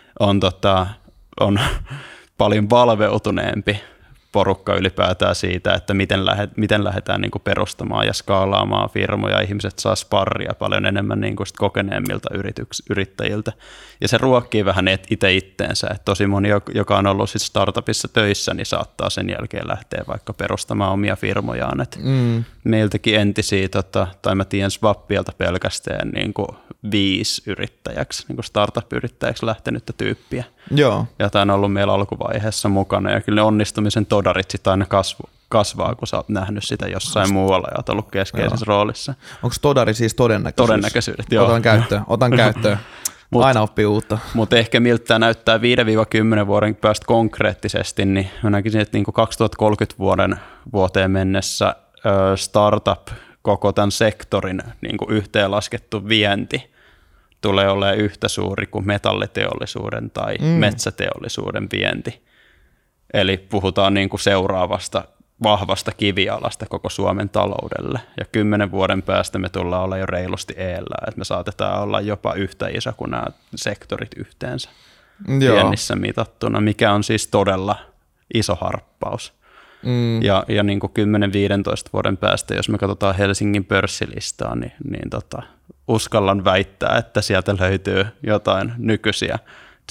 On paljon valveutuneempi porukka ylipäätään siitä, että miten lähdetään niin kuin perustamaan ja skaalaamaan firmoja. Ihmiset saa sparria paljon enemmän niin kuin kokeneemmilta yrittäjiltä. Ja se ruokkii vähän itse itteensä. Että tosi moni, joka on ollut sit startupissa töissä, niin saattaa sen jälkeen lähteä vaikka perustamaan omia firmojaan. Meiltäkin entisiä, tai mä tiedän Swappialta pelkästään niin kuin 5 yrittäjäksi, niin kuin startup-yrittäjäksi lähtenyttä tyyppiä. Joo. Ja tämä on ollut meillä alkuvaiheessa mukana. Ja kyllä ne onnistumisen todarit sitten aina kasvaa, kun sä oot nähnyt sitä jossain muualla ja oot ollut keskeisessä roolissa. Onko todari siis todennäköisyys? Todennäköisyydet, joo. Otan käyttöön. Aina oppii uutta. Mutta ehkä miltä tämä näyttää 5-10 vuoden päästä konkreettisesti, niin mä näkisin, että niin 2030 vuoteen mennessä startup koko tämän sektorin niin yhteenlaskettu vienti tulee olemaan yhtä suuri kuin metalliteollisuuden tai metsäteollisuuden vienti. Eli puhutaan niin kuin seuraavasta vahvasta kivialasta koko Suomen taloudelle. Ja 10 vuoden päästä me tullaan olla jo reilusti eellä, että me saatetaan olla jopa yhtä iso kuin nämä sektorit yhteensä viennissä mitattuna, mikä on siis todella iso harppaus. Ja niin kuin 10-15 vuoden päästä, jos me katsotaan Helsingin pörssilistaa, niin uskallan väittää, että sieltä löytyy jotain nykyisiä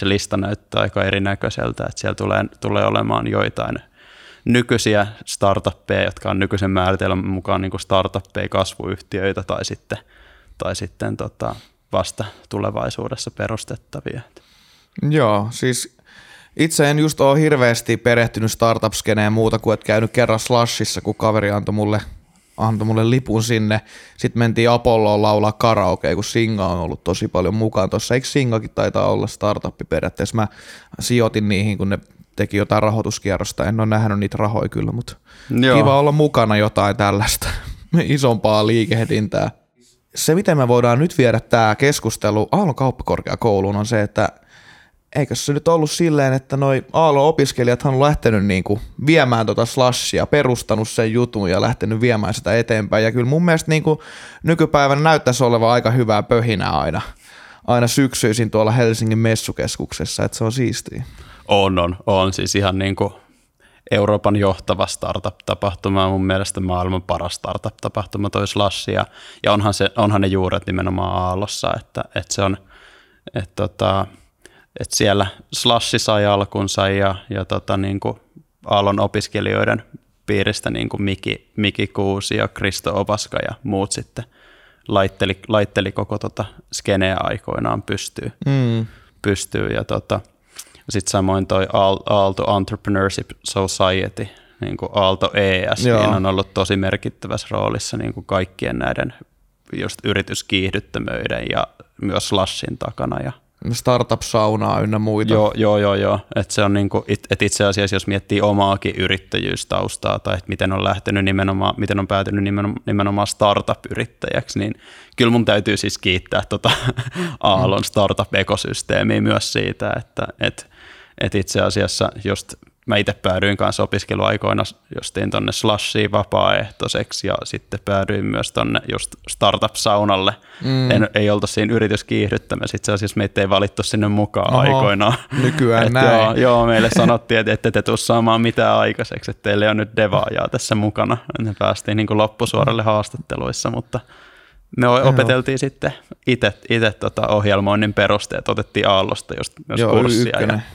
se lista näyttää aika erinäköiseltä, että siellä tulee olemaan joitain nykyisiä startuppeja, jotka on nykyisen määritelmän mukaan niin kuin startuppeja, kasvuyhtiöitä tai sitten vasta tulevaisuudessa perustettavia. Joo, siis itse en just ole hirveästi perehtynyt startup-skeneen muuta kuin, että käynyt kerran Slashissa, kun kaveri antoi mulle lipun sinne. Sitten mentiin Apolloon laulaa karaokea, kun Singa on ollut tosi paljon mukaan tuossa. Eikö Singakin taitaa olla startuppi periaatteessa? Mä sijoitin niihin, kun ne teki jotain rahoituskierrosta. En ole nähnyt niitä rahoja kyllä, mutta kiva olla mukana jotain tällaista isompaa liikehdintää. Se, miten me voidaan nyt viedä tämä keskustelu Aallon kauppakorkeakouluun, on se, että eikö se nyt ollut silleen, että noi Aallon opiskelijathan on lähtenyt niinku viemään Slashia, perustanut sen jutun ja lähtenyt viemään sitä eteenpäin. Ja kyllä mun mielestä niinku nykypäivänä näyttäisi olevan aika hyvää pöhinää aina syksyisin tuolla Helsingin messukeskuksessa, että se on siistiä. On siis ihan niinku Euroopan johtava startup-tapahtuma, mun mielestä maailman paras startup-tapahtuma toi Slash, ja onhan ne juuret nimenomaan Aallossa, että se on, että siellä Slash sai alkunsa ja niinku Aallon opiskelijoiden piiristä niinku Miki Kuusi ja Kristo Opaska ja muut sitten laitteli koko skeneä aikoinaan pystyy ja sitten samoin toi Aalto Entrepreneurship Society, niin kuin Aalto ES, niin on ollut tosi merkittävässä roolissa niin kuin kaikkien näiden just yrityskiihdyttämöiden ja myös Slashin takana. Ja startup-saunaa ynnä muita. Joo. Että se on niin kuin, et itse asiassa, jos miettii omaakin yrittäjyystaustaa tai että miten on päätynyt nimenomaan startup-yrittäjäksi, niin kyllä mun täytyy siis kiittää Aallon startup-ekosysteemiä myös siitä, että itse asiassa just mä itse päädyin kanssa opiskeluaikoina justiin tonne Slashiin vapaaehtoiseksi ja sitten päädyin myös tonne just startup-saunalle. Ei oltu siinä yrityskiihdyttämässä. Itse asiassa meitä ei valittu sinne mukaan aikoinaan. Nykyään näin. Joo, meille sanottiin, että ette te tule saamaan mitään aikaiseksi, että teillä on nyt devaajaa tässä mukana. Me päästiin niin kuin loppusuoralle haastatteluissa, mutta me opeteltiin sitten itse ohjelmoinnin perusteet, otettiin Aallosta just myös kurssia.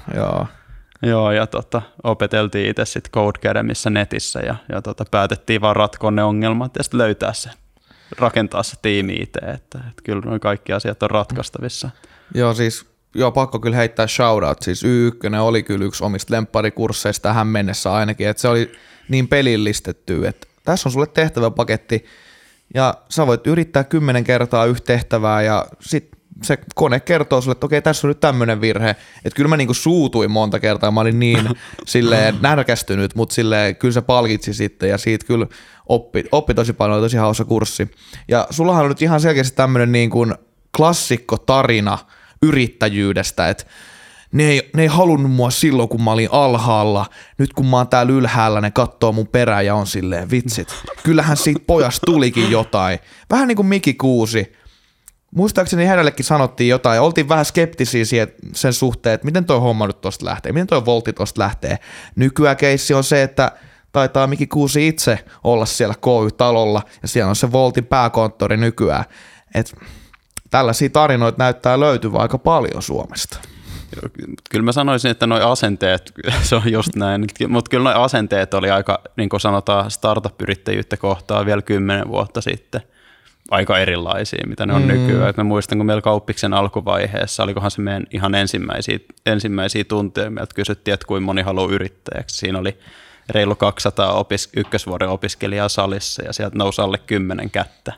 Joo, ja opeteltiin itse sitten Codecademyssä netissä ja päätettiin vaan ratkoa ne ongelmat ja sitten löytää se, rakentaa se tiimi itse, että kyllä nuo kaikki asiat on ratkaistavissa. Joo, siis pakko kyllä heittää shoutout, siis Y1 oli kyllä yksi omista lempparikursseista tähän mennessä ainakin, että se oli niin pelillistetty, että tässä on sulle tehtäväpaketti ja sä voit yrittää 10 kertaa yhtä tehtävää ja sitten se kone kertoo sulle, että okei, tässä on nyt tämmöinen virhe, että kyllä mä niinku suutuin monta kertaa, mä olin niin silleen närkästynyt, mutta silleen kyllä se palkitsi sitten ja siitä kyllä oppi tosi paljon, oli tosi hauska kurssi. Ja sullahan on nyt ihan selkeästi tämmöinen niin kuin klassikko tarina yrittäjyydestä, että ne ei halunnut mua silloin, kun mä olin alhaalla, nyt kun mä oon täällä ylhäällä, ne kattoo mun perään ja on silleen vitsit. Kyllähän siitä pojasta tulikin jotain. Vähän niin kuin Miki Kuusi. Muistaakseni hänellekin sanottiin jotain ja oltiin vähän skeptisiä sen suhteen, että miten toi homma nyt tosta lähtee, miten toi voltti tosta lähtee. Nykyään keissi on se, että taitaa Miki Kuusi itse olla siellä KY-talolla ja siellä on se Voltin pääkonttori nykyään. Et tällaisia tarinoita näyttää löytyvän aika paljon Suomesta. Kyllä mä sanoisin, että nuo asenteet, se on just näin, mutta kyllä nuo asenteet oli aika, niin kuin sanotaan, startup-yrittäjyyttä kohtaan vielä 10 vuotta sitten. Aika erilaisia, mitä ne on nykyään. Mä muistan, kun meillä Kauppiksen alkuvaiheessa, olikohan se meidän ihan ensimmäisiä tunteja, meiltä kysyttiin, että kuinka moni haluaa yrittäjäksi. Siinä oli reilu 200 ykkösvuoden opiskelijaa salissa ja sieltä nousi alle 10 kättä.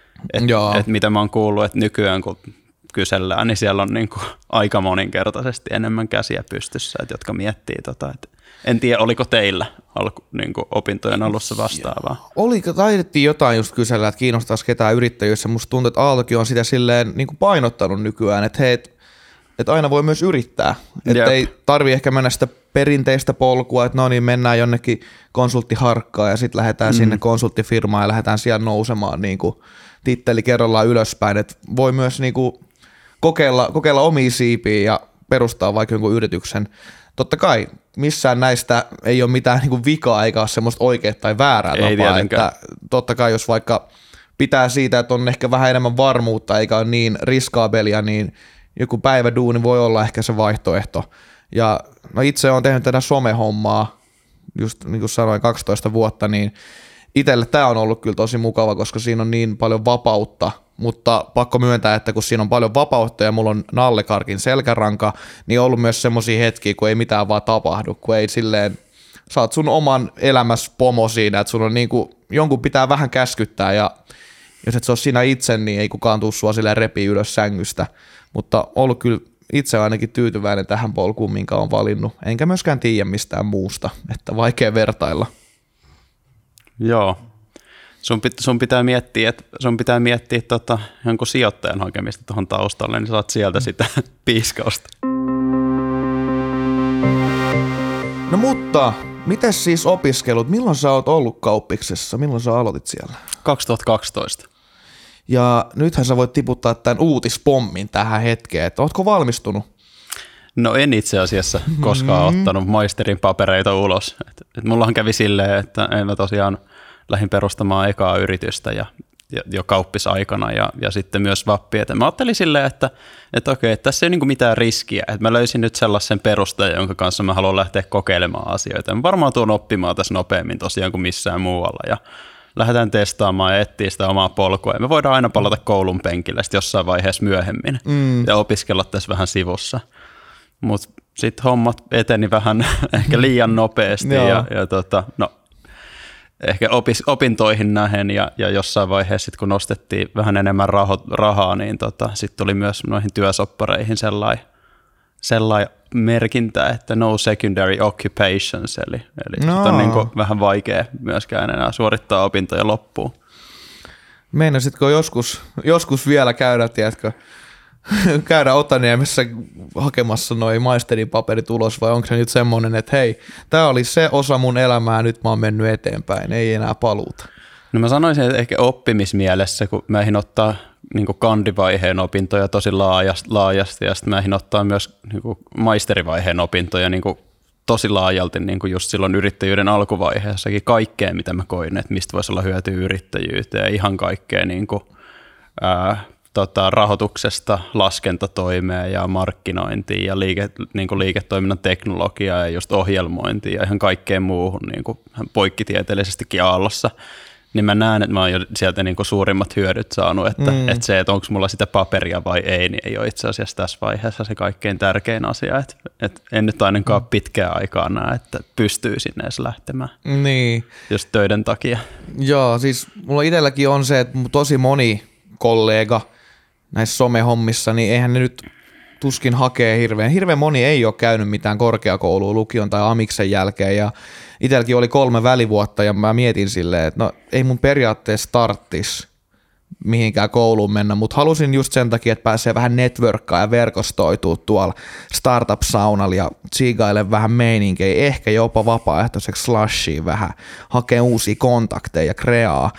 Et mitä mä oon kuullut, että nykyään kun kysellään, niin siellä on niinku aika moninkertaisesti enemmän käsiä pystyssä, jotka miettii että en tiedä, oliko teillä niinku opintojen alussa vastaavaa? Taidettiin jotain just kysellä, että kiinnostaisi ketään yrittäjyydessä. Musta tuntuu, että Aaltokin on sitä silleen niinku painottanut nykyään, että hei, että aina voi myös yrittää. Että ei tarvitse ehkä mennä sitä perinteistä polkua, että no niin, mennään jonnekin konsulttiharkkaan ja sitten lähdetään sinne konsulttifirmaan ja lähdetään siellä nousemaan niinku titteli kerrallaan ylöspäin. Että voi myös niinku kokeilla omia siipiä ja perustaa vaikka jonkun yrityksen. Totta kai missään näistä ei ole mitään niinku vikaa eikä ole semmoista oikeaa tai väärää tapaa. Että totta kai jos vaikka pitää siitä, että on ehkä vähän enemmän varmuutta eikä ole niin riskaabelia, niin joku päiväduuni voi olla ehkä se vaihtoehto. Ja no itse olen tehnyt tätä somehommaa, just niin kuin sanoin, 12 vuotta, niin itselle tämä on ollut kyllä tosi mukava, koska siinä on niin paljon vapautta, mutta pakko myöntää, että kun siinä on paljon vapautta ja mulla on nallekarkin selkäranka, niin on ollut myös semmoisia hetkiä, kun ei mitään vaan tapahdu, kun ei silleen, sä oot sun oman elämässä pomo siinä, että sun on niinku, jonkun pitää vähän käskyttää ja jos et se ole sinä itse, niin ei kukaan tuu sua silleen repii ylös sängystä, mutta ollut kyllä itse ainakin tyytyväinen tähän polkuun, minkä on valinnut, enkä myöskään tiedä mistään muusta, että vaikea vertailla. Joo. Sun pitää miettiä, jonkun sijoittajan hakemista tuohon taustalle, niin saat sieltä sitä piiskausta. No mutta, mites siis opiskelut? Milloin sä oot ollut Kauppiksessa? Milloin sä aloitit siellä? 2012. Ja nythän sä voit tiputtaa tämän uutispommin tähän hetkeen, että ootko valmistunut? No en itse asiassa koskaan ottanut maisterin papereita ulos. Et mullahan kävi silleen, että mä tosiaan lähdin perustamaan ekaa yritystä ja jo kauppisaikana ja sitten myös vappia. Mä ajattelin silleen, että okei, että tässä ei ole niinku mitään riskiä. Että mä löysin nyt sellaisen perustajan, jonka kanssa mä haluan lähteä kokeilemaan asioita. Mä varmaan tuon oppimaan tässä nopeammin tosiaan kuin missään muualla. Ja lähdetään testaamaan ja etsiä sitä omaa polkua. Ja me voidaan aina palata koulun penkille sitten jossain vaiheessa myöhemmin ja opiskella tässä vähän sivussa. Mutta sitten hommat eteni vähän ehkä liian nopeasti ehkä opintoihin nähen ja jossain vaiheessa sit, kun nostettiin vähän enemmän rahaa, niin sitten tuli myös noihin työsoppareihin sellainen merkintä, että no secondary occupations, eli on niin kuin vähän vaikea myöskään enää suorittaa opintoja loppuun. Meinasitko joskus vielä käydä, tiedätkö, käydä Otaniemessä hakemassa noi maisterin paperit ulos, vai onko se nyt semmoinen, että hei, tää oli se osa mun elämää, nyt mä oon mennyt eteenpäin, ei enää paluuta? No mä sanoisin, että ehkä oppimismielessä, kun mä ehdin ottaa niin kandivaiheen opintoja tosi laajasti ja sitten mä ehdin ottaa myös niin maisterivaiheen opintoja niin tosi laajalti niin just silloin yrittäjyyden alkuvaiheessakin kaikkea, mitä mä koin, että mistä voisi olla hyötyä yrittäjyyteen, ihan kaikkea niin kuin, rahoituksesta laskentatoimeen ja markkinointiin ja liiketoiminnan teknologiaa ja just ohjelmointiin ja ihan kaikkeen muuhun niin kuin poikkitieteellisestikin aallossa, niin mä näen, että mä oon jo sieltä niin kuin suurimmat hyödyt saanut, että se, että onko mulla sitä paperia vai ei, niin ei ole itse asiassa tässä vaiheessa se kaikkein tärkein asia, että en nyt ainakaan pitkään aikaa näe, että pystyy sinne edes lähtemään, just töiden takia. Joo, siis mulla itselläkin on se, että tosi moni kollega näissä somehommissa, niin eihän ne nyt tuskin hakee hirveän moni ei ole käynyt mitään korkeakoulua lukion tai amiksen jälkeen ja itselläkin oli 3 välivuotta ja mä mietin silleen, että no ei mun periaatteessa tarttis mihinkään kouluun mennä, mutta halusin just sen takia, että pääsee vähän networkkaa ja verkostoitua tuolla startup-saunalla ja tsiigaile vähän meininkejä, ehkä jopa vapaaehtoiseksi slashiin vähän, hakee uusia kontakteja ja kreaa.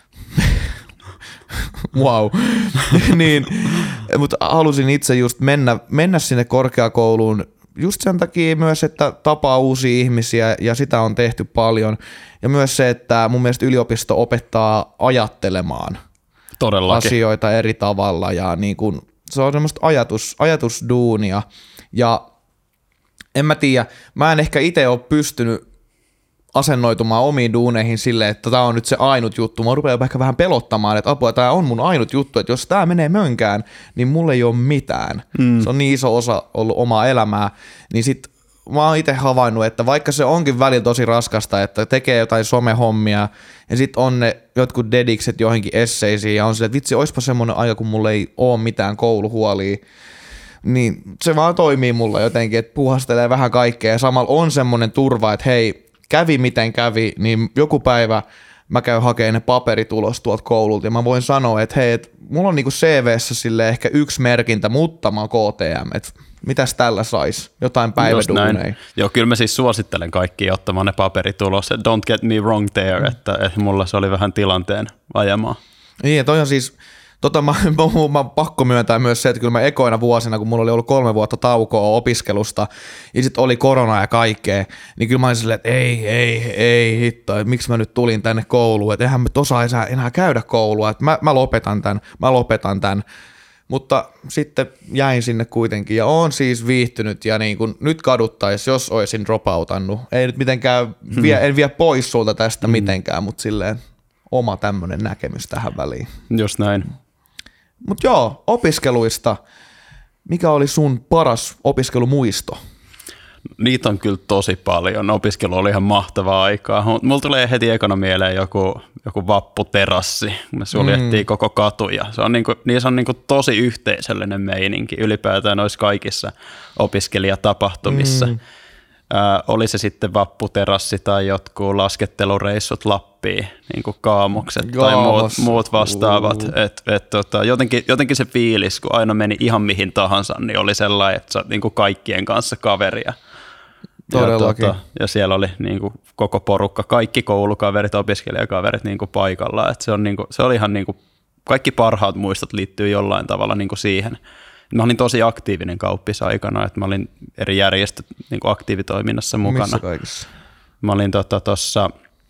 Wow. Niin, mutta halusin itse just mennä sinne korkeakouluun just sen takia myös, että tapaa uusia ihmisiä ja sitä on tehty paljon. Ja myös se, että mun mielestä yliopisto opettaa ajattelemaan todellakin asioita eri tavalla ja niin kun, se on semmoista ajatusduunia. Ja en mä tiedä, mä en ehkä itse ole pystynyt asennoitumaan omiin duuneihin silleen, että tämä on nyt se ainut juttu. Mä rupean ehkä vähän pelottamaan, että apua, tämä on mun ainut juttu, että jos tämä menee mönkään, niin mulla ei ole mitään. Se on niin iso osa ollut omaa elämää, niin sit mä oon itse havainnut, että vaikka se onkin välillä tosi raskasta, että tekee jotain somehommia ja sit on ne jotkut dedikset johonkin esseisiin ja on silleen, että vitsi, oispa semmoinen aika, kun mulla ei ole mitään kouluhuolia, niin se vaan toimii mulla jotenkin, että puhastelee vähän kaikkea ja samalla on semmoinen turva, että hei, kävi miten kävi, niin joku päivä mä käyn hakemaan ne paperit ulos tuolta koululta ja mä voin sanoa, että hei, et mulla on niinku CV:ssä sille ehkä 1 merkintä, mutta mä oon KTM, että mitäs tällä sais? Jotain päiväduuneja. Joo, kyllä mä siis suosittelen kaikkia ottamaan ne paperit ulos, don't get me wrong there, että mulla se oli vähän tilanteen ajamaa. Niin, ja toi on siis, mä pakko myöntää myös se, että kyllä mä ekoina vuosina, kun mulla oli ollut 3 vuotta taukoa opiskelusta ja sitten oli korona ja kaikkea, niin kyllä mä olin silleen, että ei hitto, että miksi mä nyt tulin tänne kouluun, että eihän mä osaa enää käydä koulua, että mä lopetan tämän. Mutta sitten jäin sinne kuitenkin ja oon siis viihtynyt ja niin kuin nyt kaduttaisi, jos olisin dropoutannut. Ei nyt mitenkään, en vie pois sulta tästä mitenkään, mutta silleen oma tämmöinen näkemys tähän väliin. Just näin. Mutta joo, opiskeluista. Mikä oli sun paras opiskelumuisto? Niitä on kyllä tosi paljon. Opiskelu oli ihan mahtavaa aikaa. Mulla tulee heti ekana mieleen joku vapputerassi. Me suljettiin koko katu ja niissä on niinku tosi yhteisöllinen meininki ylipäätään noissa kaikissa opiskelijatapahtumissa. Oli se sitten vapputerassi tai jotkut laskettelureissut Lappiin, niin kuin kaamukset tai muut vastaavat. Jotenkin se fiilis, kun aina meni ihan mihin tahansa, niin oli sellainen, että sä oot niin kuin kaikkien kanssa kaveria. Todellakin. Ja siellä oli niin kuin koko porukka, kaikki koulukaverit, opiskelijakaverit niin kuin paikalla. Et se oli ihan niin kuin, kaikki parhaat muistot liittyy jollain tavalla niin kuin siihen. Mä olin tosi aktiivinen kauppis aikana, että mä olin eri järjestöt niin kuin aktiivitoiminnassa mukana. Missä kaikissa? Mä olin tuossa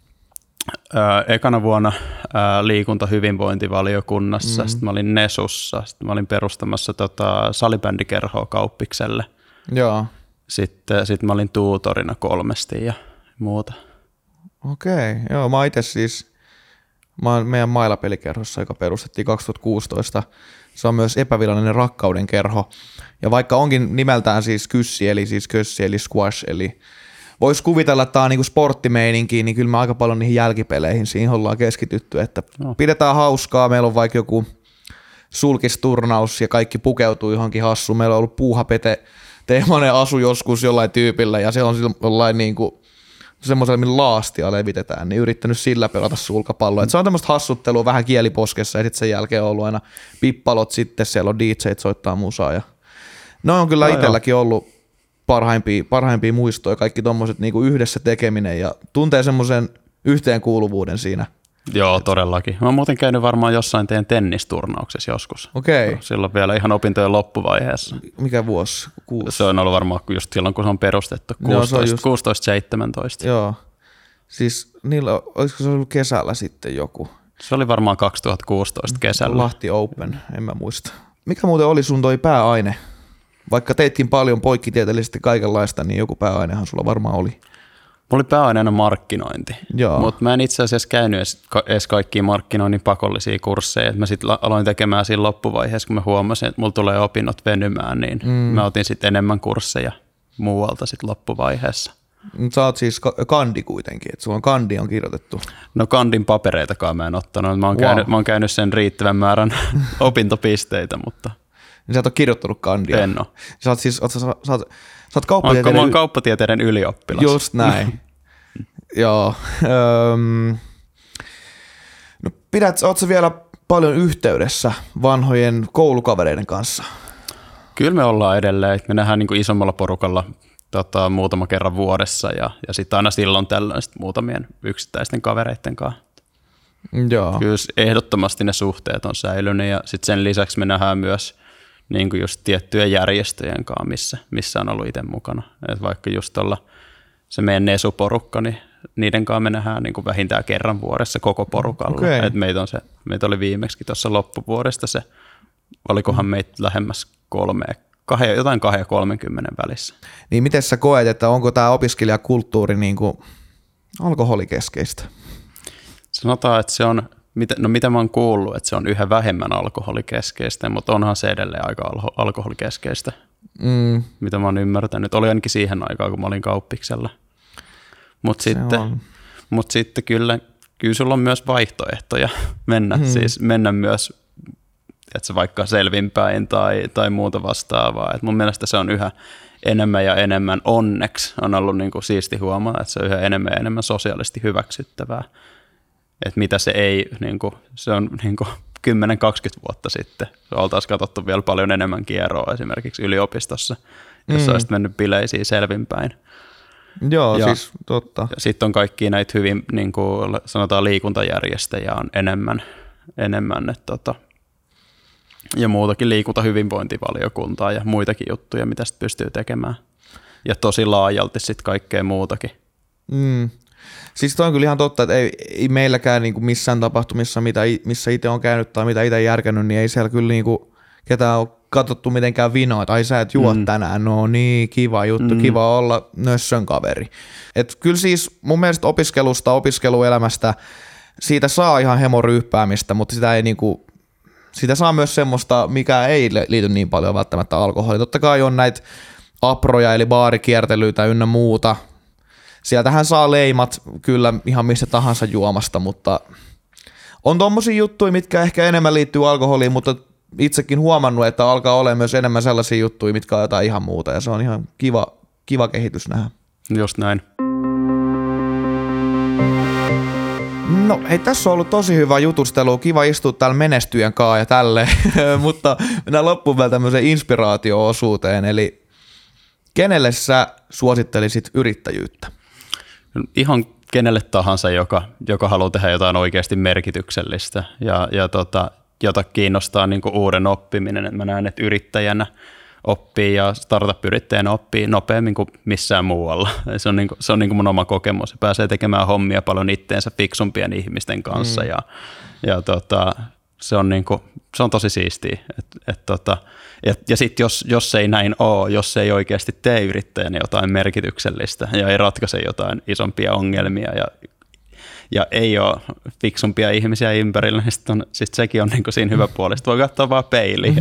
ekana vuonna liikuntahyvinvointivaliokunnassa, sitten mä olin Nesussa, sitten mä olin perustamassa salibändikerhoa Kauppikselle. Joo. Sitten mä olin tuutorina 3 ja muuta. Okei, joo, mä itse siis, mä oon meidän Maila-pelikerhossa, joka perustettiin 2016. Se on myös epävirallinen rakkauden kerho. Ja vaikka onkin nimeltään siis Kyssi, eli squash, eli voisi kuvitella, että tämä on niinku sporttimeininki, niin kyllä me aika paljon niihin jälkipeleihin siihen ollaan keskitytty, että pidetään hauskaa, meillä on vaikka joku sulkisturnaus ja kaikki pukeutuu johonkin hassuun, meillä on ollut puuhapete teemainen asu joskus jollain tyypillä ja se on jollain niinku semmoisella, millä laastia levitetään, niin yrittänyt sillä pelata sulkapalloa. Se on tämmöistä hassuttelua vähän kieliposkessa ja sitten sen jälkeen on ollut aina pippalot, sitten siellä on DJt soittaa musaa. Ja ne on kyllä itselläkin ollut parhaimpia muistoja, kaikki tommoset niinku yhdessä tekeminen ja tuntee semmoisen yhteenkuuluvuuden siinä. Joo, todellakin. Mä oon muuten käynyt varmaan jossain teidän tennisturnauksessa joskus. Okei. Silloin vielä ihan opintojen loppuvaiheessa. Mikä vuosi? 6. Se on ollut varmaan just silloin, kun se on perustettu. 16-17. Joo. Siis niillä, olisiko se ollut kesällä sitten joku? Se oli varmaan 2016 kesällä. Lahti Open, en mä muista. Mikä muuten oli sun toi pääaine? Vaikka teitkin paljon poikkitieteellisesti kaikenlaista, niin joku pääainehan sulla varmaan oli. Mulla oli pääaineena markkinointi, mutta mä en itse asiassa käynyt edes kaikkia markkinoinnin pakollisia kursseja. Mä sitten aloin tekemään siinä loppuvaiheessa, kun mä huomasin, että mulla tulee opinnot venymään, niin mä otin sitten enemmän kursseja muualta sitten loppuvaiheessa. Sä oot siis kandi kuitenkin, että sulla on kandi on kirjoitettu. No kandin papereitakaan mä en ottanut. Mä oon käynyt sen riittävän määrän opintopisteitä, mutta... Niin sä et ole kirjoittanut kandia. En ole. Sä oot siis, sä oot kauppatieteiden... Mä oon kauppatieteiden ylioppilas. Just näin. Joo. No oot sä vielä paljon yhteydessä vanhojen koulukavereiden kanssa? Kyllä me ollaan edelleen. Me nähdään niin kuin isommalla porukalla muutama kerran vuodessa ja sitten aina silloin tällöin sit muutamien yksittäisten kavereiden kanssa. Joo. Kyllä ehdottomasti ne suhteet on säilynyt ja sitten sen lisäksi me nähdään myös niin kuin just tiettyjen järjestöjen kanssa, missä on ollut itse mukana. Et vaikka just tuolla se meidän Nesu-porukka, niin niiden kanssa me nähdään niin kuin vähintään kerran vuodessa koko porukalla. Okay. Et meitä oli viimeksi tuossa loppuvuodesta se, olikohan meitä lähemmäs jotain 2 ja 30 välissä. Niin miten sä koet, että onko tämä opiskelijakulttuuri niin kuin alkoholikeskeistä? Sanotaan, että se on, mitä mä oon kuullut, että se on yhä vähemmän alkoholikeskeistä, mutta onhan se edelleen aika alkoholikeskeistä, mitä mä oon ymmärtänyt. Oli ainakin siihen aikaan, kun mä olin kauppiksella. Mutta sitten kyllä sulla on myös vaihtoehtoja mennä myös, että se vaikka selvinpäin tai muuta vastaavaa. Et mun mielestä se on yhä enemmän ja enemmän, onneksi on ollut niinku siisti huomata, että se on yhä enemmän ja enemmän sosiaalisesti hyväksyttävää. Että mitä se ei, se on 10-20 vuotta sitten. Oltaisiin katsottu vielä paljon enemmän kierroa esimerkiksi yliopistossa, jos olisit mennyt bileisiin selvinpäin. Joo, siis totta. Sitten on kaikkia näitä hyvin, niin kuin sanotaan, liikuntajärjestäjiä on enemmän ja muutakin liikuntahyvinvointivaliokuntaa ja muitakin juttuja, mitä sitten pystyy tekemään. Ja tosi laajalti sitten kaikkea muutakin. Siis toi on kyllä ihan totta, että ei meilläkään niinku missään tapahtumissa, missä itse on käynyt tai mitä itse järkännyt, niin ei siellä kyllä niinku ketään on katsottu mitenkään vinoa, että ai sä et juo tänään, no niin, kiva juttu, kiva olla nössön kaveri. Et kyllä siis mun mielestä opiskeluelämästä, siitä saa ihan hemoryyppäämistä, mutta sitä ei niinku, siitä saa myös semmoista, mikä ei liity niin paljon välttämättä alkoholiin. Totta kai on näitä aproja eli baarikiertelyitä ynnä muuta. Sieltähän saa leimat kyllä ihan mistä tahansa juomasta, mutta on tommosia juttuja, mitkä ehkä enemmän liittyy alkoholiin, mutta itsekin huomannut, että alkaa olla myös enemmän sellaisia juttuja, mitkä on jotain ihan muuta, ja se on ihan kiva kehitys nähdä. Just näin. No ei, tässä on ollut tosi hyvä jutustelu, kiva istua täällä menestyjän kaa ja tälleen, mutta mennään loppuun vielä tämmöiseen inspiraatio-osuuteen, eli kenelle sä suosittelisit yrittäjyyttä? Ihan kenelle tahansa, joka haluaa tehdä jotain oikeasti merkityksellistä ja jota kiinnostaa niin kuin uuden oppiminen. Mä näen, että yrittäjänä oppii ja startup-yrittäjänä oppii nopeammin kuin missään muualla. Se on niin kuin mun oma kokemus. Se pääsee tekemään hommia paljon itteensä fiksumpien ihmisten kanssa se on tosi siistiä. Ja sitten jos ei näin ole, jos ei oikeasti tee yrittäjänä jotain merkityksellistä ja ei ratkaise jotain isompia ongelmia ja ei ole fiksumpia ihmisiä ympärillä, niin sit sekin on niinku siinä hyvä puoli. Sitten voi katsoa vaan peiliin.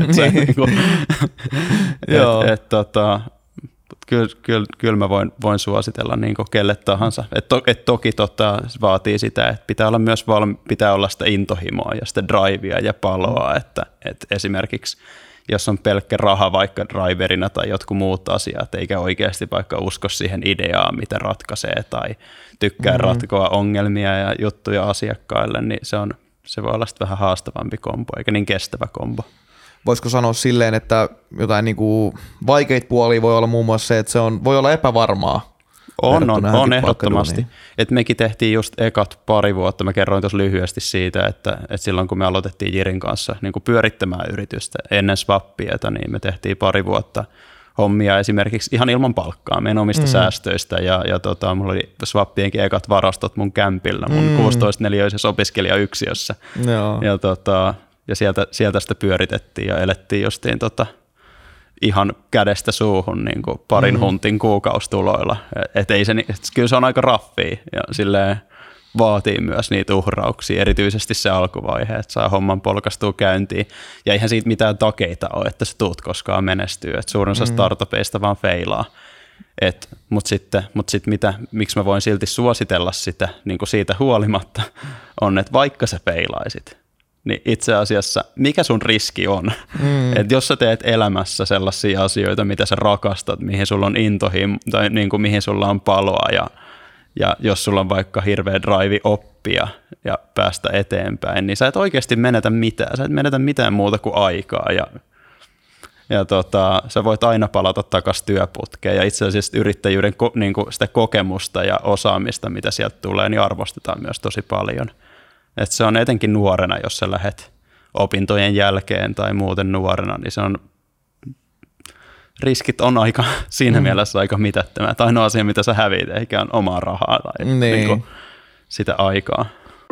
Kyllä mä voin suositella niinku kelle tahansa. Toki vaatii sitä, että pitää olla sitä intohimoa ja sitä drivea ja paloa, että esimerkiksi jos on pelkkä raha vaikka driverina tai jotkut muut asiat, eikä oikeasti vaikka usko siihen ideaan, mitä ratkaisee tai tykkää ratkoa ongelmia ja juttuja asiakkaille, niin se voi olla sitten vähän haastavampi kombo, eikä niin kestävä kombo. Voisiko sanoa silleen, että jotain niinku vaikeita puolia voi olla muun muassa se, että voi olla epävarmaa? On ehdottomasti. Et mekin tehtiin just ekat pari vuotta, mä kerroin tuossa lyhyesti siitä, että silloin kun me aloitettiin Jirin kanssa niin kuin pyörittämään yritystä ennen Swappieta, niin me tehtiin pari vuotta hommia esimerkiksi ihan ilman palkkaa, meidän omista säästöistä ja mulla oli Swappienkin ekat varastot mun kämpillä, mun 16-neliöisessä opiskelijayksiössä. Ja sieltä sitä pyöritettiin ja elettiin justiin ihan kädestä suuhun niin kuin parin huntin kuukaustuloilla. Kyllä se on aika raffia ja silleen vaatii myös niitä uhrauksia, erityisesti se alkuvaihe, että saa homman polkastua käyntiin. Ja eihän siitä mitään takeita ole, että sä tuut koskaan menestyy. Et suurin osa startupeista vaan feilaa. Mutta sitten miksi mä voin silti suositella sitä niin kuin siitä huolimatta, on, että vaikka sä feilaisit, niin itse asiassa mikä sun riski on? Että jos sä teet elämässä sellaisia asioita, mitä sä rakastat, mihin sulla on intohimo tai niin kuin mihin sulla on paloa ja jos sulla on vaikka hirveä drive oppia ja päästä eteenpäin, niin sä et oikeasti menetä mitään. Sä et menetä mitään muuta kuin aikaa ja sä voit aina palata takaisin työputkeen ja itse asiassa yrittäjyyden niin kuin sitä kokemusta ja osaamista, mitä sieltä tulee, niin arvostetaan myös tosi paljon. Et se on etenkin nuorena, jos sä lähdet opintojen jälkeen tai muuten nuorena, niin riskit on aika siinä mielessä aika mitättömät. Ainoa asia, mitä sä häviit, eikä on omaa rahaa tai niin sitä aikaa.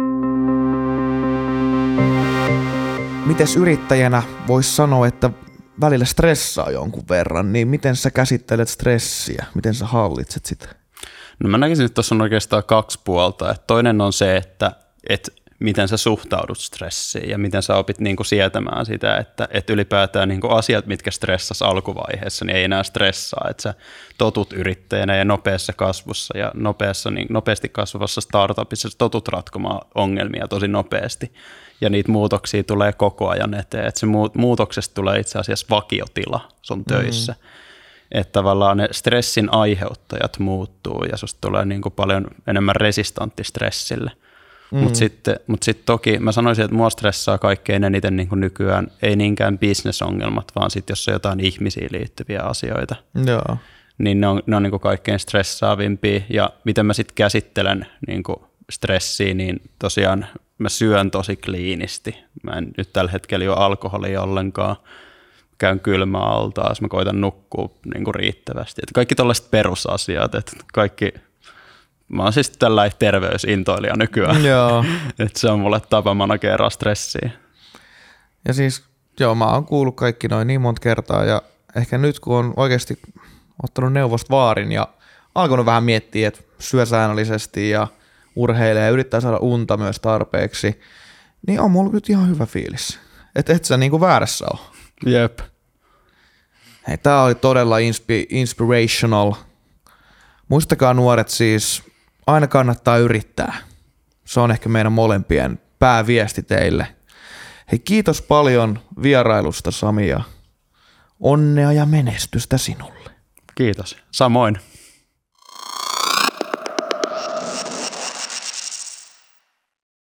Mites yrittäjänä voisi sanoa, että välillä stressaa jonkun verran, niin miten sä käsittelet stressiä? Miten sä hallitset sitä? No mä näkisin, että tuossa on oikeastaan kaksi puolta. Toinen on se, että miten sä suhtaudut stressiin ja miten sä opit niin kuin sietämään sitä, että ylipäätään niin kuin asiat, mitkä stressas alkuvaiheessa, niin ei enää stressaa, että sä totut yrittäjänä ja nopeassa kasvussa ja nopeasti kasvavassa startupissa sä totut ratkomaan ongelmia tosi nopeasti ja niitä muutoksia tulee koko ajan eteen, että se muutoksesta tulee itse asiassa vakiotila sun töissä. Että tavallaan ne stressin aiheuttajat muuttuu ja susta tulee niin kuin paljon enemmän resistantti stressille. Mutta sitten toki mä sanoisin, että mua stressaa kaikkein eniten niin kuin nykyään, ei niinkään business-ongelmat, vaan sitten jos on jotain ihmisiin liittyviä asioita, niin ne on niin kuin kaikkein stressaavimpia. Ja miten mä sitten käsittelen niin kuin stressiä, niin tosiaan mä syön tosi kliinisti. Mä en nyt tällä hetkellä juo alkoholia ollenkaan, käyn kylmäaltaassa, mä koitan nukkua niin kuin riittävästi. Et kaikki tällaiset perusasiat, että kaikki... Mä oon siis tällainen terveysintoilija nykyään. Että se on mulle tapa manageeraa stressiä. Ja siis Joo, mä oon kuullut kaikki noin niin monta kertaa ja ehkä nyt kun on oikeasti ottanut neuvosta vaarin ja alkanut vähän miettiä, että syö säännöllisesti ja urheilee ja yrittää saada unta myös tarpeeksi, niin on mulla nyt ihan hyvä fiilis. Että et sä niinku väärässä ole. Jep. Hei, tää oli todella inspirational. Muistakaa nuoret siis, aina kannattaa yrittää. Se on ehkä meidän molempien pääviesti teille. Hei, kiitos paljon vierailusta, Sami, ja onnea ja menestystä sinulle. Kiitos. Samoin.